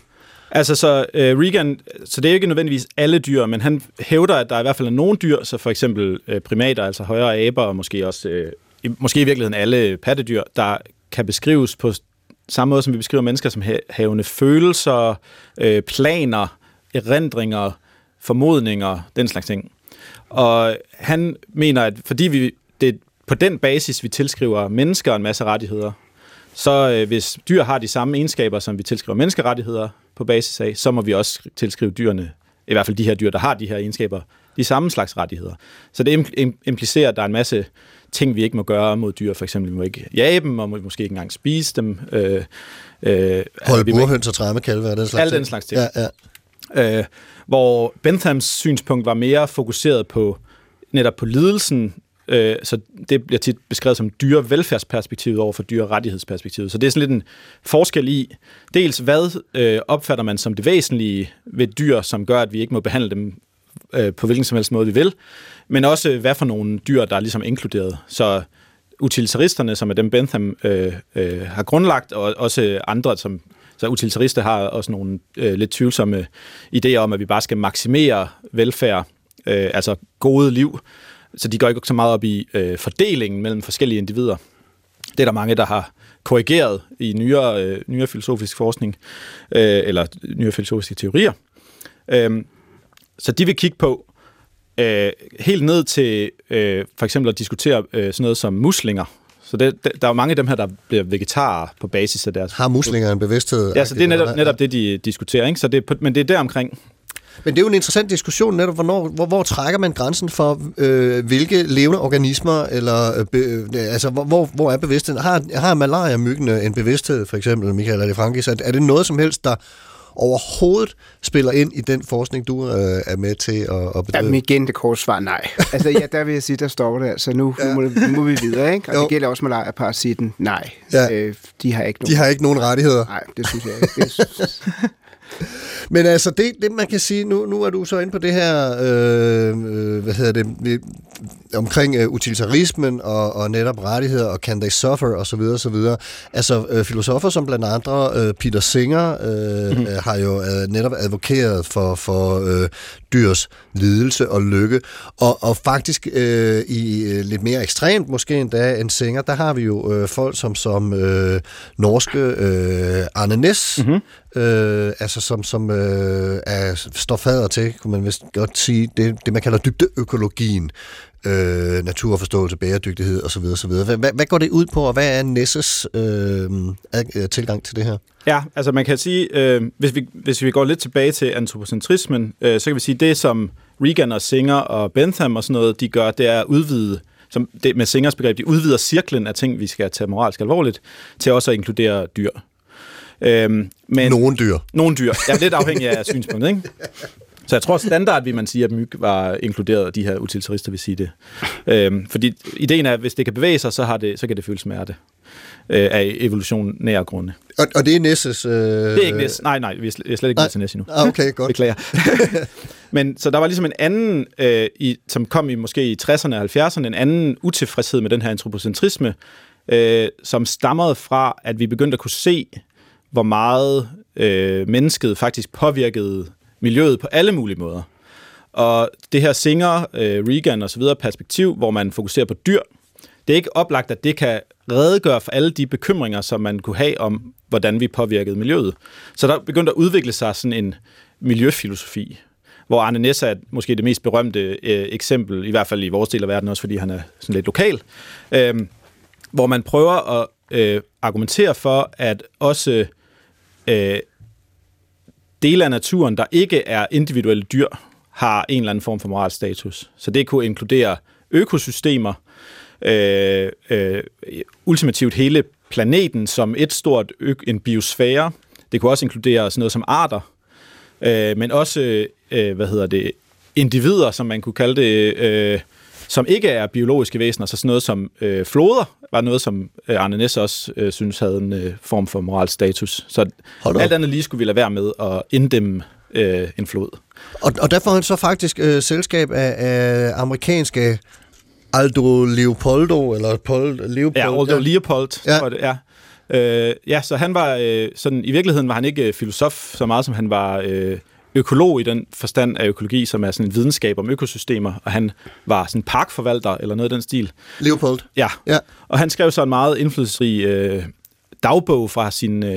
Altså, så Regan, så det er jo ikke nødvendigvis alle dyr, men han hævder, at der i hvert fald er nogle dyr, så for eksempel primater, altså højere aber, og måske også, måske i virkeligheden alle pattedyr, der kan beskrives på samme måde, som vi beskriver mennesker som havende følelser, planer, erindringer, formodninger, den slags ting. Og han mener, at fordi det er på den basis, vi tilskriver mennesker en masse rettigheder, så hvis dyr har de samme egenskaber, som vi tilskriver menneskerettigheder på basis af, så må vi også tilskrive dyrene, i hvert fald de her dyr, der har de her egenskaber, de samme slags rettigheder. Så det implicerer, at der er en masse ting, vi ikke må gøre mod dyr. For eksempel, vi må ikke jage dem, og måske ikke engang spise dem. Holde burhøns og træmmekalve og den slags ting. Al den slags ting. Ja. Hvor Benthams synspunkt var mere fokuseret på netop på lidelsen, så det bliver tit beskrevet som dyrevelfærdsperspektivet over for dyrerettighedsperspektivet. Så det er sådan lidt en forskel i, dels hvad opfatter man som det væsentlige ved dyr, som gør, at vi ikke må behandle dem på hvilken som helst måde vi vil, men også hvad for nogle dyr, der er ligesom inkluderet. Så utilitaristerne, som er dem Bentham har grundlagt, og også andre, som så utilitarister har også nogle lidt tvivlsomme idéer om, at vi bare skal maksimere velfærd, altså gode liv. Så de går ikke så meget op i fordelingen mellem forskellige individer. Det er der mange, der har korrigeret i nyere filosofisk forskning, eller nyere filosofiske teorier. Så de vil kigge på helt ned til for eksempel at diskutere sådan noget som muslinger. Så der er mange af dem her, der bliver vegetarer på basis af deres... Har muslinger en bevidsthed? Ja, så det er netop det, de diskuterer, ikke? Så men det er deromkring. Men det er jo en interessant diskussion netop, hvor trækker man grænsen for, hvilke levende organismer, eller altså hvor er bevidstheden? Har malaria-myggen en bevidsthed, for eksempel, Michael Alefrankis? Er det noget som helst, der overhovedet spiller ind i den forskning, du er med til at bedrive? Jamen igen, det korte svar, nej. Altså ja, der vil jeg sige, der står det altså. Nu må vi videre, ikke? Og det gælder også malaria-parasitten. Nej, de har ikke nogen rettigheder. Nej, det synes jeg ikke. Men altså, det man kan sige, nu er du så inde på det her, omkring utilitarismen og netop rettigheder, og can they suffer, og så videre, og så videre. Altså, filosofer som blandt andre Peter Singer har jo netop advokeret for dyrs lidelse og lykke, og faktisk i lidt mere ekstremt måske endda end Singer, der har vi jo folk som norske Arne Næss, altså som står fader til, kunne man vist godt sige, det man kalder dybdeøkologien, naturforståelse, bæredygtighed osv. osv. Hvad går det ud på, og hvad er Nesses tilgang til det her? Ja, altså man kan sige, hvis vi går lidt tilbage til antropocentrismen, så kan vi sige, det som Regan og Singer og Bentham og sådan noget, de gør, det er at udvide, som det med Singers begreb, de udvider cirklen af ting, vi skal tage moralsk alvorligt, til også at inkludere dyr. Men nogle dyr. Ja, lidt afhængig af synspunktet, ikke? Så jeg tror standard, vil man sige, at myg var inkluderet, og de her utilitarister vil sige det. Fordi ideen er, at hvis det kan bevæge sig, så kan det føle smerte af evolutionære grunde. Og det er Nesses... Det er ikke Ness. Nej, vi er slet ikke med til Ness endnu. Okay, godt. Beklager. Men så der var ligesom en anden, som kom måske i 60'erne og 70'erne, en anden utilfredshed med den her antropocentrisme, som stammede fra, at vi begyndte at kunne se, hvor meget mennesket faktisk påvirkede miljøet på alle mulige måder. Og det her Singer, Regan og så videre perspektiv, hvor man fokuserer på dyr, det er ikke oplagt, at det kan redegøre for alle de bekymringer, som man kunne have om, hvordan vi påvirkede miljøet. Så der begyndte at udvikle sig sådan en miljøfilosofi, hvor Arne Næss er måske det mest berømte eksempel, i hvert fald i vores del af verden, også fordi han er sådan lidt lokal, hvor man prøver at argumentere for, at også dele af naturen, der ikke er individuelle dyr, har en eller anden form for moralsk status. Så det kunne inkludere økosystemer, ultimativt hele planeten som et stort en biosfære. Det kunne også inkludere sådan noget som arter, men også individer, som man kunne kalde det, som ikke er biologiske væsener, så sådan noget som floder, var noget, som Arne Næss også synes havde en form for moralsk status. Så alt andet lige skulle vi lade være med at inddæmme en flod. Og der får han så faktisk selskab af amerikanske Aldo Leopoldo, eller Leopold. Ja, Aldo Leopold, tror jeg det er. Så han var sådan, i virkeligheden var han ikke filosof så meget, som han var økolog i den forstand af økologi, som er sådan en videnskab om økosystemer, og han var sådan parkforvalter eller noget af den stil. Leopold. Ja. Og han skrev så en meget indflydelsesrig dagbog fra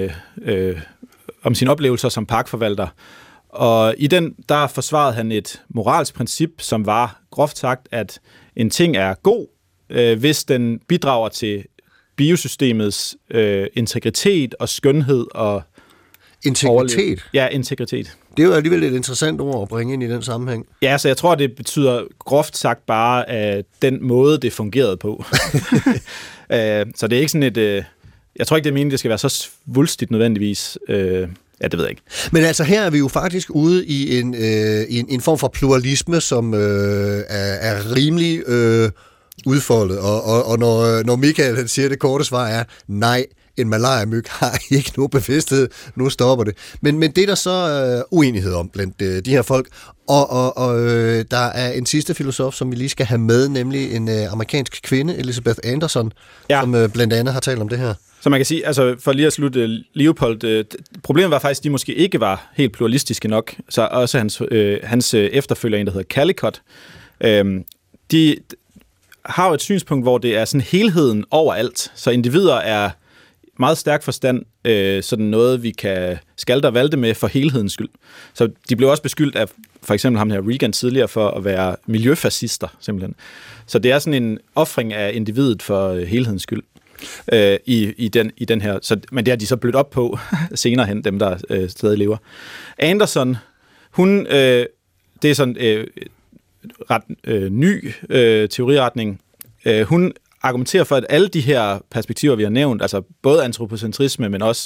om sine oplevelser som parkforvalter. Og i den, der forsvarede han et moralsk princip, som var groft sagt, at en ting er god, hvis den bidrager til biosystemets integritet og skønhed og integritet? Ja, integritet. Det er jo alligevel et interessant ord at bringe ind i den sammenhæng. Ja, så jeg tror, det betyder groft sagt bare den måde, det fungerede på. Så det er ikke sådan et... jeg tror ikke, det er meningen, det skal være så svulstigt nødvendigvis. Ja, det ved jeg ikke. Men altså, her er vi jo faktisk ude i en form for pluralisme, som er rimelig udfoldet. Og når Michael siger, det korte svar er, nej, en malaria-myg har ikke nogen bevidsthed. Nu stopper det. Men det er der så uenighed om blandt de her folk. Og der er en sidste filosof, som vi lige skal have med, nemlig en amerikansk kvinde, Elizabeth Anderson, som blandt andet har talt om det her. Så man kan sige, altså for lige at slutte Leopold, problemet var faktisk, at de måske ikke var helt pluralistiske nok. Så også hans efterfølger, en der hedder Callicott, de har jo et synspunkt, hvor det er sådan helheden overalt. Så individer er meget stærk forstand sådan noget, vi kan skalte og valte med for helhedens skyld. Så de blev også beskyldt af for eksempel ham her Reagan tidligere for at være miljøfascister, simpelthen. Så det er sådan en ofring af individet for helhedens skyld. I den her. Men det har de så blødt op på senere hen, dem der stadig lever. Anderson, hun, det er sådan ret ny teoriretning. Hun argumenterer for, at alle de her perspektiver, vi har nævnt, altså både antropocentrisme, men også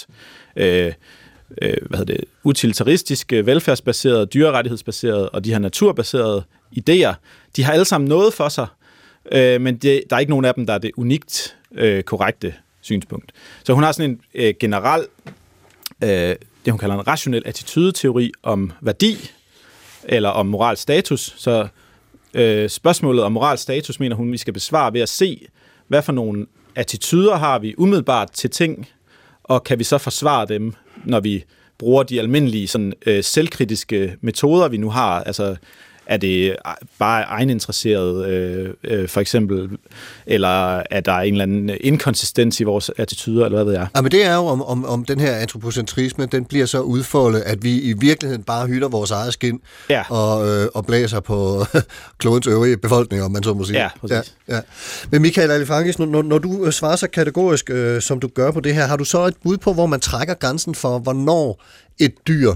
utilitaristiske, velfærdsbaserede, dyrerettighedsbaserede og de her naturbaserede idéer, de har alle sammen noget for sig, men der er ikke nogen af dem, der er det unikt korrekte synspunkt. Så hun har sådan en generel, det hun kalder en rationel attitudeteori om værdi, eller om moral status. Så spørgsmålet om moral status, mener hun, vi skal besvare ved at se, hvad for nogle attituder har vi umiddelbart til ting, og kan vi så forsvare dem, når vi bruger de almindelige sådan, selvkritiske metoder, vi nu har, altså er det bare egeninteresseret, for eksempel, eller er der en eller anden inkonsistens i vores attityder, eller hvad ved jeg? Ja, men det er jo, om den her antropocentrisme, den bliver så udfoldet, at vi i virkeligheden bare hylder vores eget skin, og blæser på klodens øvrige befolkning, om man så må sige. Ja, præcis. Ja. Men Michael Alifangis, når du svarer så kategorisk, som du gør på det her, har du så et bud på, hvor man trækker grænsen for, hvornår et dyr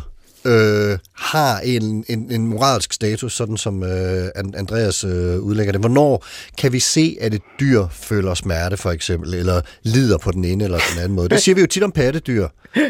har en moralsk status, sådan som Andreas udlægger det. Hvornår kan vi se, at et dyr føler smerte, for eksempel, eller lider på den ene eller den anden måde? Det siger vi jo tit om pattedyr.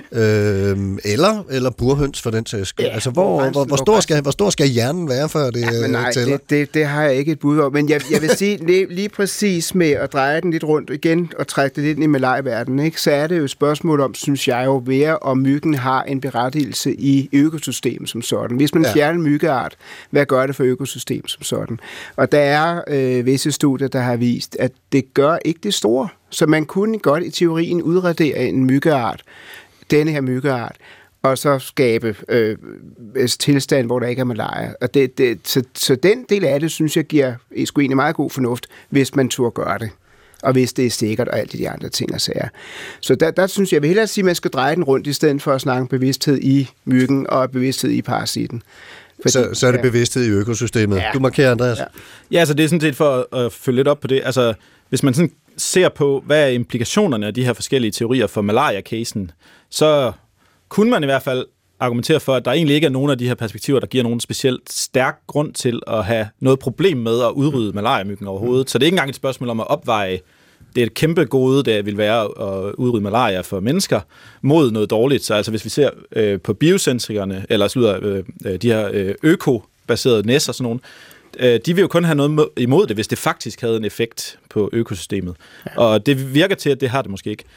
Eller burhøns, for den sags skyld. Altså, hvor stor skal hjernen være, før det tæller? Det har jeg ikke et bud om. Men jeg vil sige, lige præcis med at dreje den lidt rundt igen, og trække det lidt ind i malaria-verdenen, ikke? Så er det jo et spørgsmål om, synes jeg jo, om myggen har en berettigelse i økosystemet som sådan. Hvis man fjerner en myggeart, hvad gør det for økosystemet som sådan? Og der er visse studier, der har vist, at det gør ikke det store. Så man kunne godt i teorien udradere en myggeart, denne her myggeart, og så skabe tilstand, hvor der ikke er malaria. Og så den del af det, synes jeg, giver sgu egentlig meget god fornuft, hvis man turde gøre det. Og hvis det er sikkert, og alt de andre ting og sager. Så der synes jeg vil hellere sige, at man skal dreje den rundt, i stedet for at snakke bevidsthed i myggen og bevidsthed i parasitten. Fordi, så er det bevidsthed i økosystemet. Ja. Du markerer, Andreas. Ja, altså det er sådan set for at følge lidt op på det. Altså, hvis man sådan ser på, hvad er implikationerne af de her forskellige teorier for malaria-casen, så kunne man i hvert fald argumentere for, at der egentlig ikke er nogen af de her perspektiver, der giver nogen specielt stærk grund til at have noget problem med at udrydde malaria-myggen overhovedet. Så det er ikke engang et spørgsmål om at opveje det er et kæmpe gode, det vil være at udrydde malaria for mennesker mod noget dårligt. Så altså hvis vi ser på biocentrikerne, eller de her økobaserede næs og sådan nogle, de vil jo kun have noget imod det, hvis det faktisk havde en effekt på økosystemet. Ja. Og det virker til, at det har det måske ikke.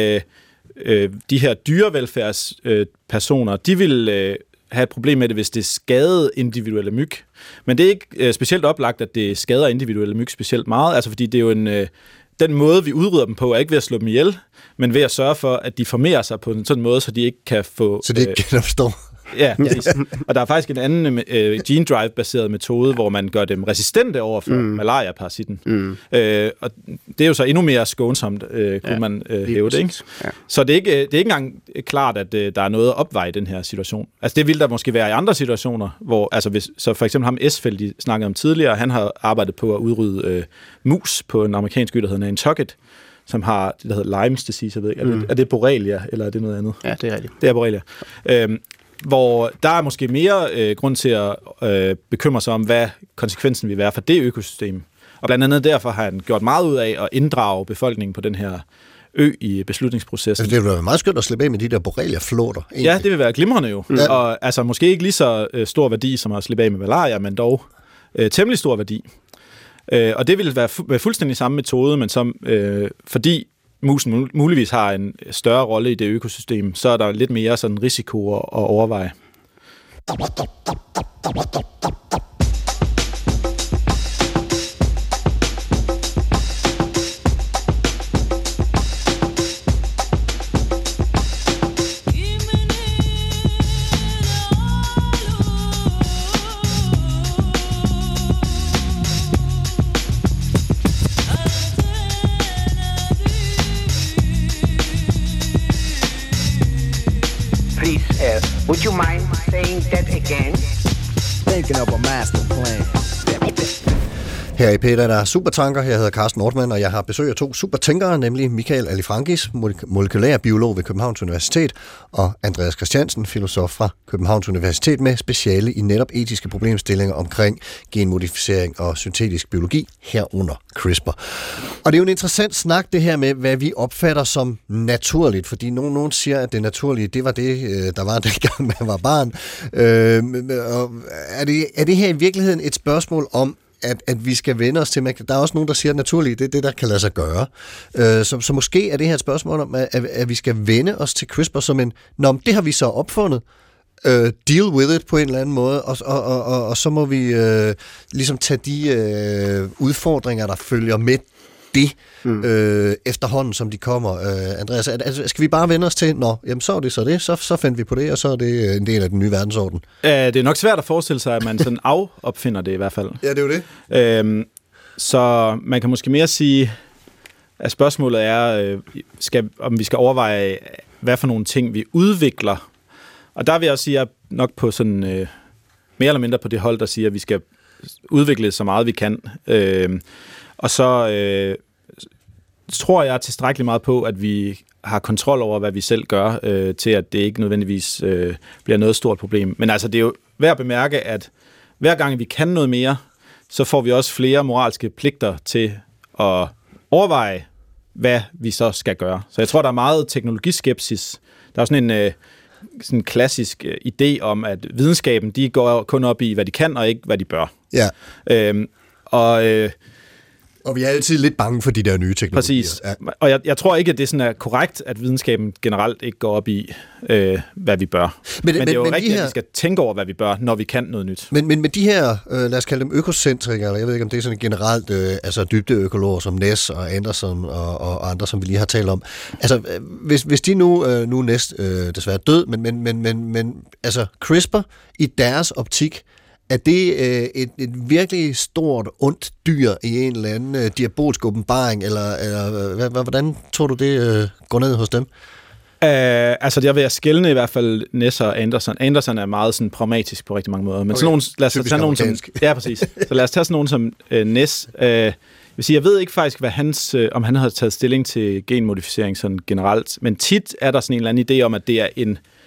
De her dyrevelfærdspersoner, de vil have et problem med det, hvis det skadede individuelle myg. Men det er ikke specielt oplagt, at det skader individuelle myg specielt meget, altså fordi det er jo den måde, vi udrydder dem på, er ikke ved at slå dem ihjel, men ved at sørge for, at de formerer sig på en sådan måde, så de ikke kan få... Så det ikke genopstår. Ja, og der er faktisk en anden gene drive-baseret metode, hvor man gør dem resistente over for malaria-parasitten. Og det er jo så endnu mere skånsomt, kunne man hæve det, ikke? Ja. Så det er ikke engang klart, at der er noget at opveje i den her situation. Altså det vil der måske være i andre situationer, hvor, altså så for eksempel ham Esfeldt, de snakkede om tidligere, han har arbejdet på at udrydde mus på en amerikansk ø, der hedder Nantucket, som har det, der hedder Lyme's disease, jeg ved ikke. Er det borrelia, eller er det noget andet? Ja, det er rigtigt. Det er borrelia. Hvor der er måske mere grund til at bekymre sig om, hvad konsekvensen vil være for det økosystem. Og blandt andet derfor har han gjort meget ud af at inddrage befolkningen på den her ø i beslutningsprocessen. Altså, det vil være meget skønt at slippe af med de der borrelia-flåter. Ja, det vil være glimrende jo. Ja. Og altså måske ikke lige så stor værdi som at slippe af med malaria, men dog temmelig stor værdi. Og det vil være fuldstændig samme metode, men som fordi musen muligvis har en større rolle i det økosystem, så er der lidt mere sådan risiko at overveje. Would you mind saying that again? Thinking of a master plan. Her i Peter, der er Supertanker. Jeg hedder Carsten Nordmann, og jeg har besøg af 2 supertænkere, nemlig Michael Alifrankis, molekylærbiolog ved Københavns Universitet, og Andreas Christiansen, filosof fra Københavns Universitet med speciale i netop etiske problemstillinger omkring genmodificering og syntetisk biologi, herunder CRISPR. Og det er jo en interessant snak, det her med, hvad vi opfatter som naturligt, fordi nogen siger, at det naturlige, det var det, der var dengang man var barn. Er det her i virkeligheden et spørgsmål om, at vi skal vende os til, der er også nogen, der siger, at naturligt, det er det, der kan lade sig gøre. Så måske er det her et spørgsmål om, at vi skal vende os til CRISPR som en, det har vi så opfundet, deal with it på en eller anden måde, og så må vi ligesom tage de udfordringer, der følger med det, efterhånden, som de kommer. Andreas, skal vi bare vende os til, jamen så er det så det, så finder vi på det, og så er det en del af den nye verdensorden? Det er nok svært at forestille sig, at man sådan opfinder det i hvert fald. Ja, det er jo det. Så man kan måske mere sige, at spørgsmålet er, om vi skal overveje, hvad for nogle ting vi udvikler. Og der vil jeg også sige, at jeg nok på sådan mere eller mindre på det hold, der siger, at vi skal udvikle så meget vi kan. Og så tror jeg tilstrækkeligt meget på, at vi har kontrol over, hvad vi selv gør, til at det ikke nødvendigvis bliver noget stort problem. Men altså, det er jo værd at bemærke, at hver gang vi kan noget mere, så får vi også flere moralske pligter til at overveje, hvad vi så skal gøre. Så jeg tror, der er meget teknologiskepsis. Der er sådan en klassisk idé om, at videnskaben, de går kun op i, hvad de kan, og ikke, hvad de bør. Ja. Og vi er altid lidt bange for de der nye teknologier. Præcis. Ja. Og jeg tror ikke, at det sådan er korrekt, at videnskaben generelt ikke går op i, hvad vi bør. Men det er jo rigtigt, at vi skal tænke over, hvad vi bør, når vi kan noget nyt. Men med de her, lad os kalde dem økocentrikere, eller jeg ved ikke, om det er sådan generelt, altså dybdeøkologer som Ness og Anderson og andre, som vi lige har talt om. Altså, hvis de nu Ness desværre død, men altså CRISPR i deres optik, er det et virkelig stort, ondt dyr i en eller anden diabolsk åbenbaring, eller hvordan tror du, det går ned hos dem? Altså, jeg vil skelne i hvert fald Ness og Anderson. Anderson er meget sådan pragmatisk på rigtig mange måder. Men okay. Lad os tage nogen som... Ja, præcis. Så lad os tage sådan nogen som Ness. Jeg ved ikke faktisk, om han har taget stilling til genmodificering sådan generelt, men tit er der sådan en eller anden idé om, at det er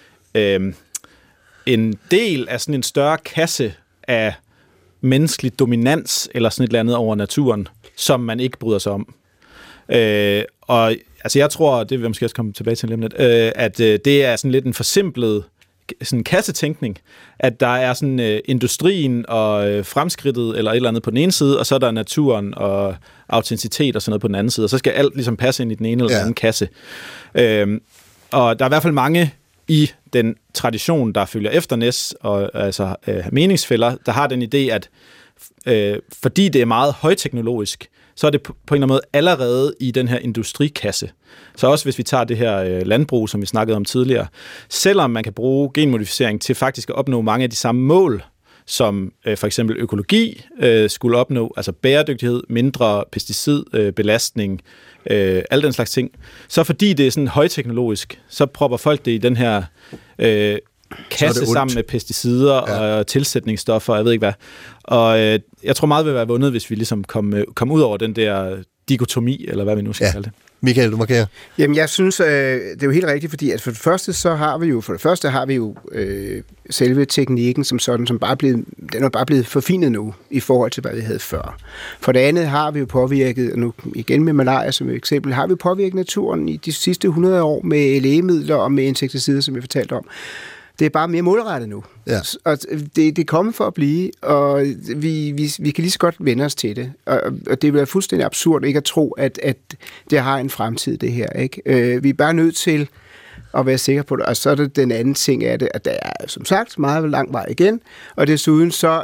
en del af sådan en større kasse af menneskelig dominans eller sådan et eller andet over naturen, som man ikke bryder sig om. Og altså jeg tror, det vil jeg måske også komme tilbage til lidt, at det er sådan lidt en forsimplet sådan kassetænkning, at der er sådan industrien og fremskridtet eller et eller andet på den ene side, og så er der naturen og autenticitet og sådan noget på den anden side, og så skal alt ligesom passe ind i den ene eller anden kasse. Og der er i hvert fald mange i den tradition, der følger efter Ness, og altså meningsfælder, der har den idé, at fordi det er meget højteknologisk, så er det på en eller anden måde allerede i den her industrikasse. Så også hvis vi tager det her landbrug, som vi snakkede om tidligere, selvom man kan bruge genmodificering til faktisk at opnå mange af de samme mål, som for eksempel økologi skulle opnå, altså bæredygtighed, mindre pesticidbelastning, al den slags ting, så fordi det er sådan højteknologisk, så propper folk det i den her kasse sammen med pesticider og tilsætningsstoffer, og jeg ved ikke hvad. Og jeg tror meget vil være vundet, hvis vi ligesom kom ud over den der dikotomi, eller hvad vi nu skal kalde det. Michael, du markerer. Jamen, jeg synes, det er jo helt rigtigt, fordi at for det første har vi jo selve teknikken som sådan, den er bare blevet forfinet nu, i forhold til, hvad vi havde før. For det andet har vi jo påvirket, nu igen med malaria som et eksempel, har vi påvirket naturen i de sidste 100 år med lægemidler og med insekticider, som vi fortalte om. Det er bare mere målrettet nu. Ja. Og det er kommet for at blive, og vi kan lige så godt vende os til det. Og det vil være fuldstændig absurd ikke at tro, at det har en fremtid, det her. Ikke? Vi er bare nødt til at være sikre på det. Og så er det den anden ting af det, at der er som sagt meget lang vej igen. Og desuden så,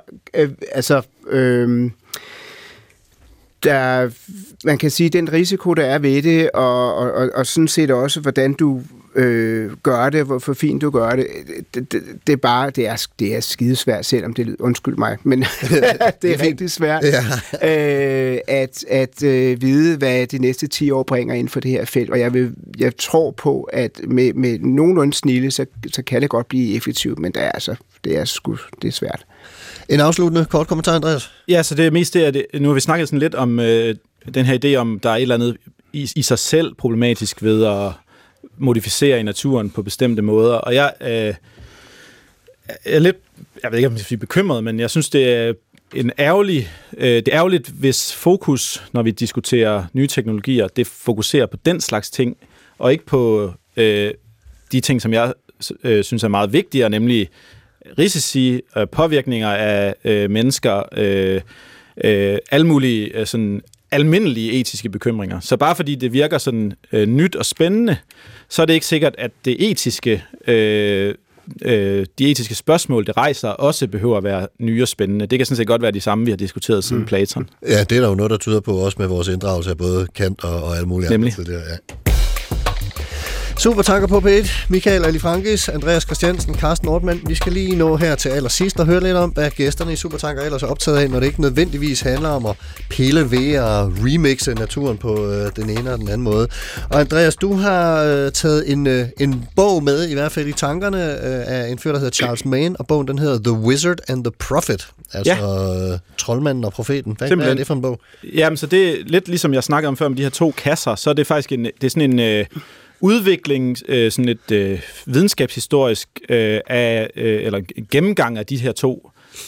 man kan sige, den risiko, der er ved det, og sådan set også, hvordan du gør det, hvor fint du gør det, det er skidesvært, selvom det lyder, undskyld mig, men det er rigtig svært at vide, hvad de næste 10 år bringer inden for det her felt, og jeg tror på, at med nogenlunde snille, så kan det godt blive effektivt, men det er svært. En afsluttende kort kommentar, Andreas? Ja, så det er mest det, at nu har vi snakket sådan lidt om den her idé om, der er et eller andet i sig selv problematisk ved at modificere i naturen på bestemte måder, og jeg er lidt, jeg ved ikke, om jeg er bekymret, men jeg synes, det er ærgerligt, hvis fokus, når vi diskuterer nye teknologier, det fokuserer på den slags ting, og ikke på de ting, som jeg synes er meget vigtigere, nemlig risici, påvirkninger af mennesker, alle mulige sådan almindelige etiske bekymringer. Så bare fordi det virker sådan nyt og spændende, så er det ikke sikkert, at det etiske, de etiske spørgsmål, det rejser, også behøver at være nye og spændende. Det kan sådan set godt være de samme, vi har diskuteret siden Platon. Ja, det er der jo noget, der tyder på, også med vores inddragelse af både Kant og alle mulige andre tidligere. Ja. Supertanker på P1. Michael Alifrankis, Andreas Christiansen, Carsten Ortmann. Vi skal lige nå her til allersidst og høre lidt om, hvad gæsterne i Supertanker ellers er optaget af, når det ikke nødvendigvis handler om at pille ved og remixe naturen på den ene og den anden måde. Og Andreas, du har taget en bog med, i hvert fald i tankerne, af en fyr, der hedder Charles Mann, og bogen den hedder The Wizard and the Prophet. Altså troldmanden og profeten. Hvad er det for en bog? Jamen, så det er lidt ligesom jeg snakkede om før med de her 2 kasser, så er det faktisk det er sådan en udvikling, sådan et videnskabshistorisk eller en gennemgang af de her 2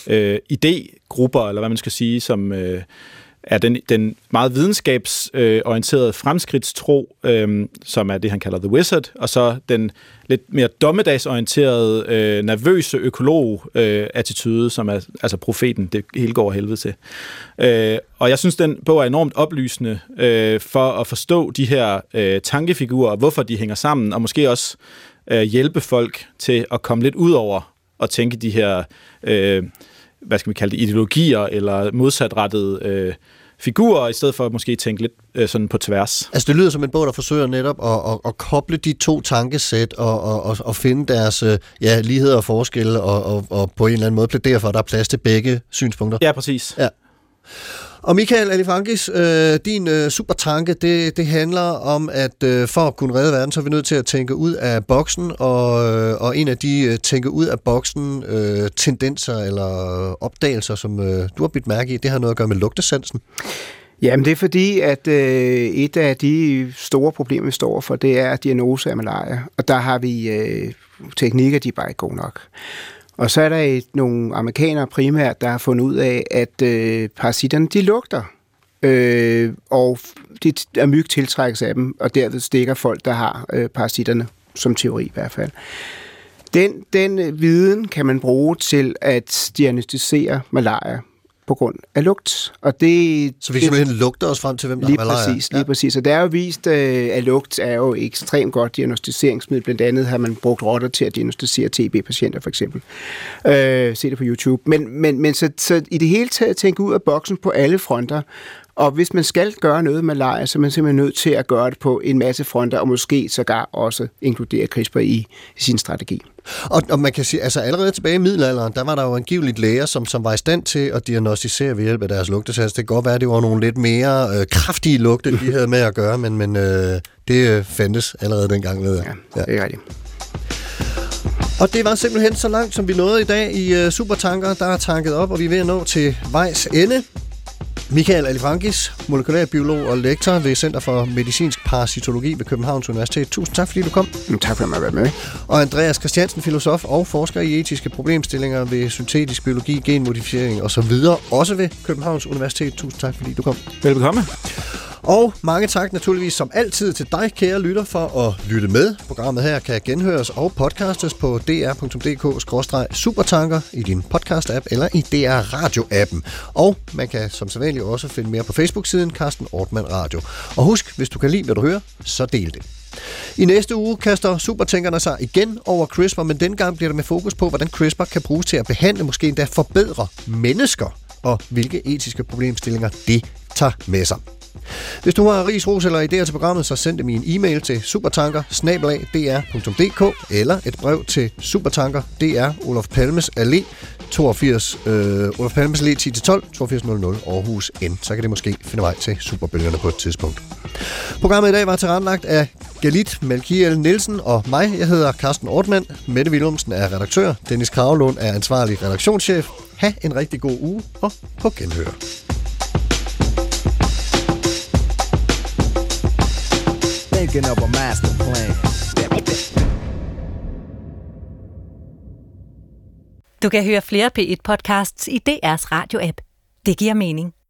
idégrupper, eller hvad man skal sige, som er den meget videnskabsorienterede fremskridtstro, som er det, han kalder The Wizard, og så den lidt mere dommedagsorienterede, nervøse økolog-attitude, som er altså profeten, det hele går helvede til. Og jeg synes, den bog er enormt oplysende for at forstå de her tankefigurer, hvorfor de hænger sammen, og måske også hjælpe folk til at komme lidt ud over at tænke de her hvad skal vi kalde det, ideologier eller modsatrettede figurer, i stedet for at måske tænke lidt sådan på tværs. Altså det lyder som en bog, der forsøger netop at koble de 2 tankesæt og finde deres ligheder og forskelle og på en eller anden måde plædere for, at der er plads til begge synspunkter. Ja, præcis. Ja. Og Michael Alifrankis, din supertanke, det handler om, at for at kunne redde verden, så er vi nødt til at tænke ud af boksen, og en af de tænke ud af boksen tendenser eller opdagelser, som du har bidt mærke i, det har noget at gøre med lugtesansen. Jamen det er fordi, at et af de store problemer, vi står for, det er diagnose af malaria, og der har vi teknikker, de er bare ikke gode nok. Og så er der nogle amerikanere primært, der har fundet ud af, at parasitterne, de lugter. Og myg tiltrækkes af dem, og derved stikker folk, der har parasitterne, som teori i hvert fald. Den viden kan man bruge til at diagnostisere malaria. på grund af lugt. Og det, så vi simpelthen lugter os frem til, hvem der har malaria? Lige præcis. Og det er jo vist, at lugt er jo ekstremt godt diagnostiseringsmiddel. Blandt andet har man brugt rotter til at diagnostisere TB-patienter, for eksempel. Se det på YouTube. Men så i det hele taget tænke ud af boksen på alle fronter. Og hvis man skal gøre noget med malaria, så er man simpelthen nødt til at gøre det på en masse fronter, og måske sågar også inkludere CRISPR i sin strategi. Og man kan sige, altså allerede tilbage i middelalderen, der var der jo angiveligt læger, som var i stand til at diagnostisere ved hjælp af deres lugtesans. Det kan godt være, at det var nogle lidt mere kraftige lugte, de havde med at gøre, men det fandtes allerede dengang, ved jeg. Ja, det er rigtigt. Og det var simpelthen så langt, som vi nåede i dag i Supertanker. Der er tanket op, og vi er ved at nå til vejs ende. Michael Alifrankis, molekylærbiolog og lektor ved Center for Medicinsk Parasitologi ved Københavns Universitet. Tusind tak, fordi du kom. Tak for at jeg var med. Og Andreas Christiansen, filosof og forsker i etiske problemstillinger ved syntetisk biologi, genmodificering osv. Også ved Københavns Universitet. Tusind tak, fordi du kom. Velbekomme. Og mange tak naturligvis som altid til dig, kære lytter, for at lytte med. Programmet her kan genhøres og podcastes på dr.dk/supertanker i din podcast-app eller i DR Radio-appen. Og man kan som sædvanligt også finde mere på Facebook-siden Carsten Ortmann Radio. Og husk, hvis du kan lide, hvad du hører, så del det. I næste uge kaster supertænkerne sig igen over CRISPR, men dengang bliver der med fokus på, hvordan CRISPR kan bruges til at behandle, måske endda forbedre mennesker, og hvilke etiske problemstillinger det tager med sig. Hvis du har ris, ros eller idéer til programmet, så send dem i en e-mail til supertanker@dr.dk eller et brev til Supertanker, DR, Olof Palmes Allé, 82, Olof Palmes Allé 10-12, 8200 Aarhus N. Så kan det måske finde vej til superbølgerne på et tidspunkt. Programmet i dag var tilrettelagt af Galit Melchiel Nielsen og mig. Jeg hedder Carsten Ortmann. Mette Willumsen er redaktør. Dennis Kravlund er ansvarlig redaktionschef. Ha' en rigtig god uge og på genhør. Thinking of a master plan. Du kan høre flere P1-podcasts i DR's radio-app. Det giver mening.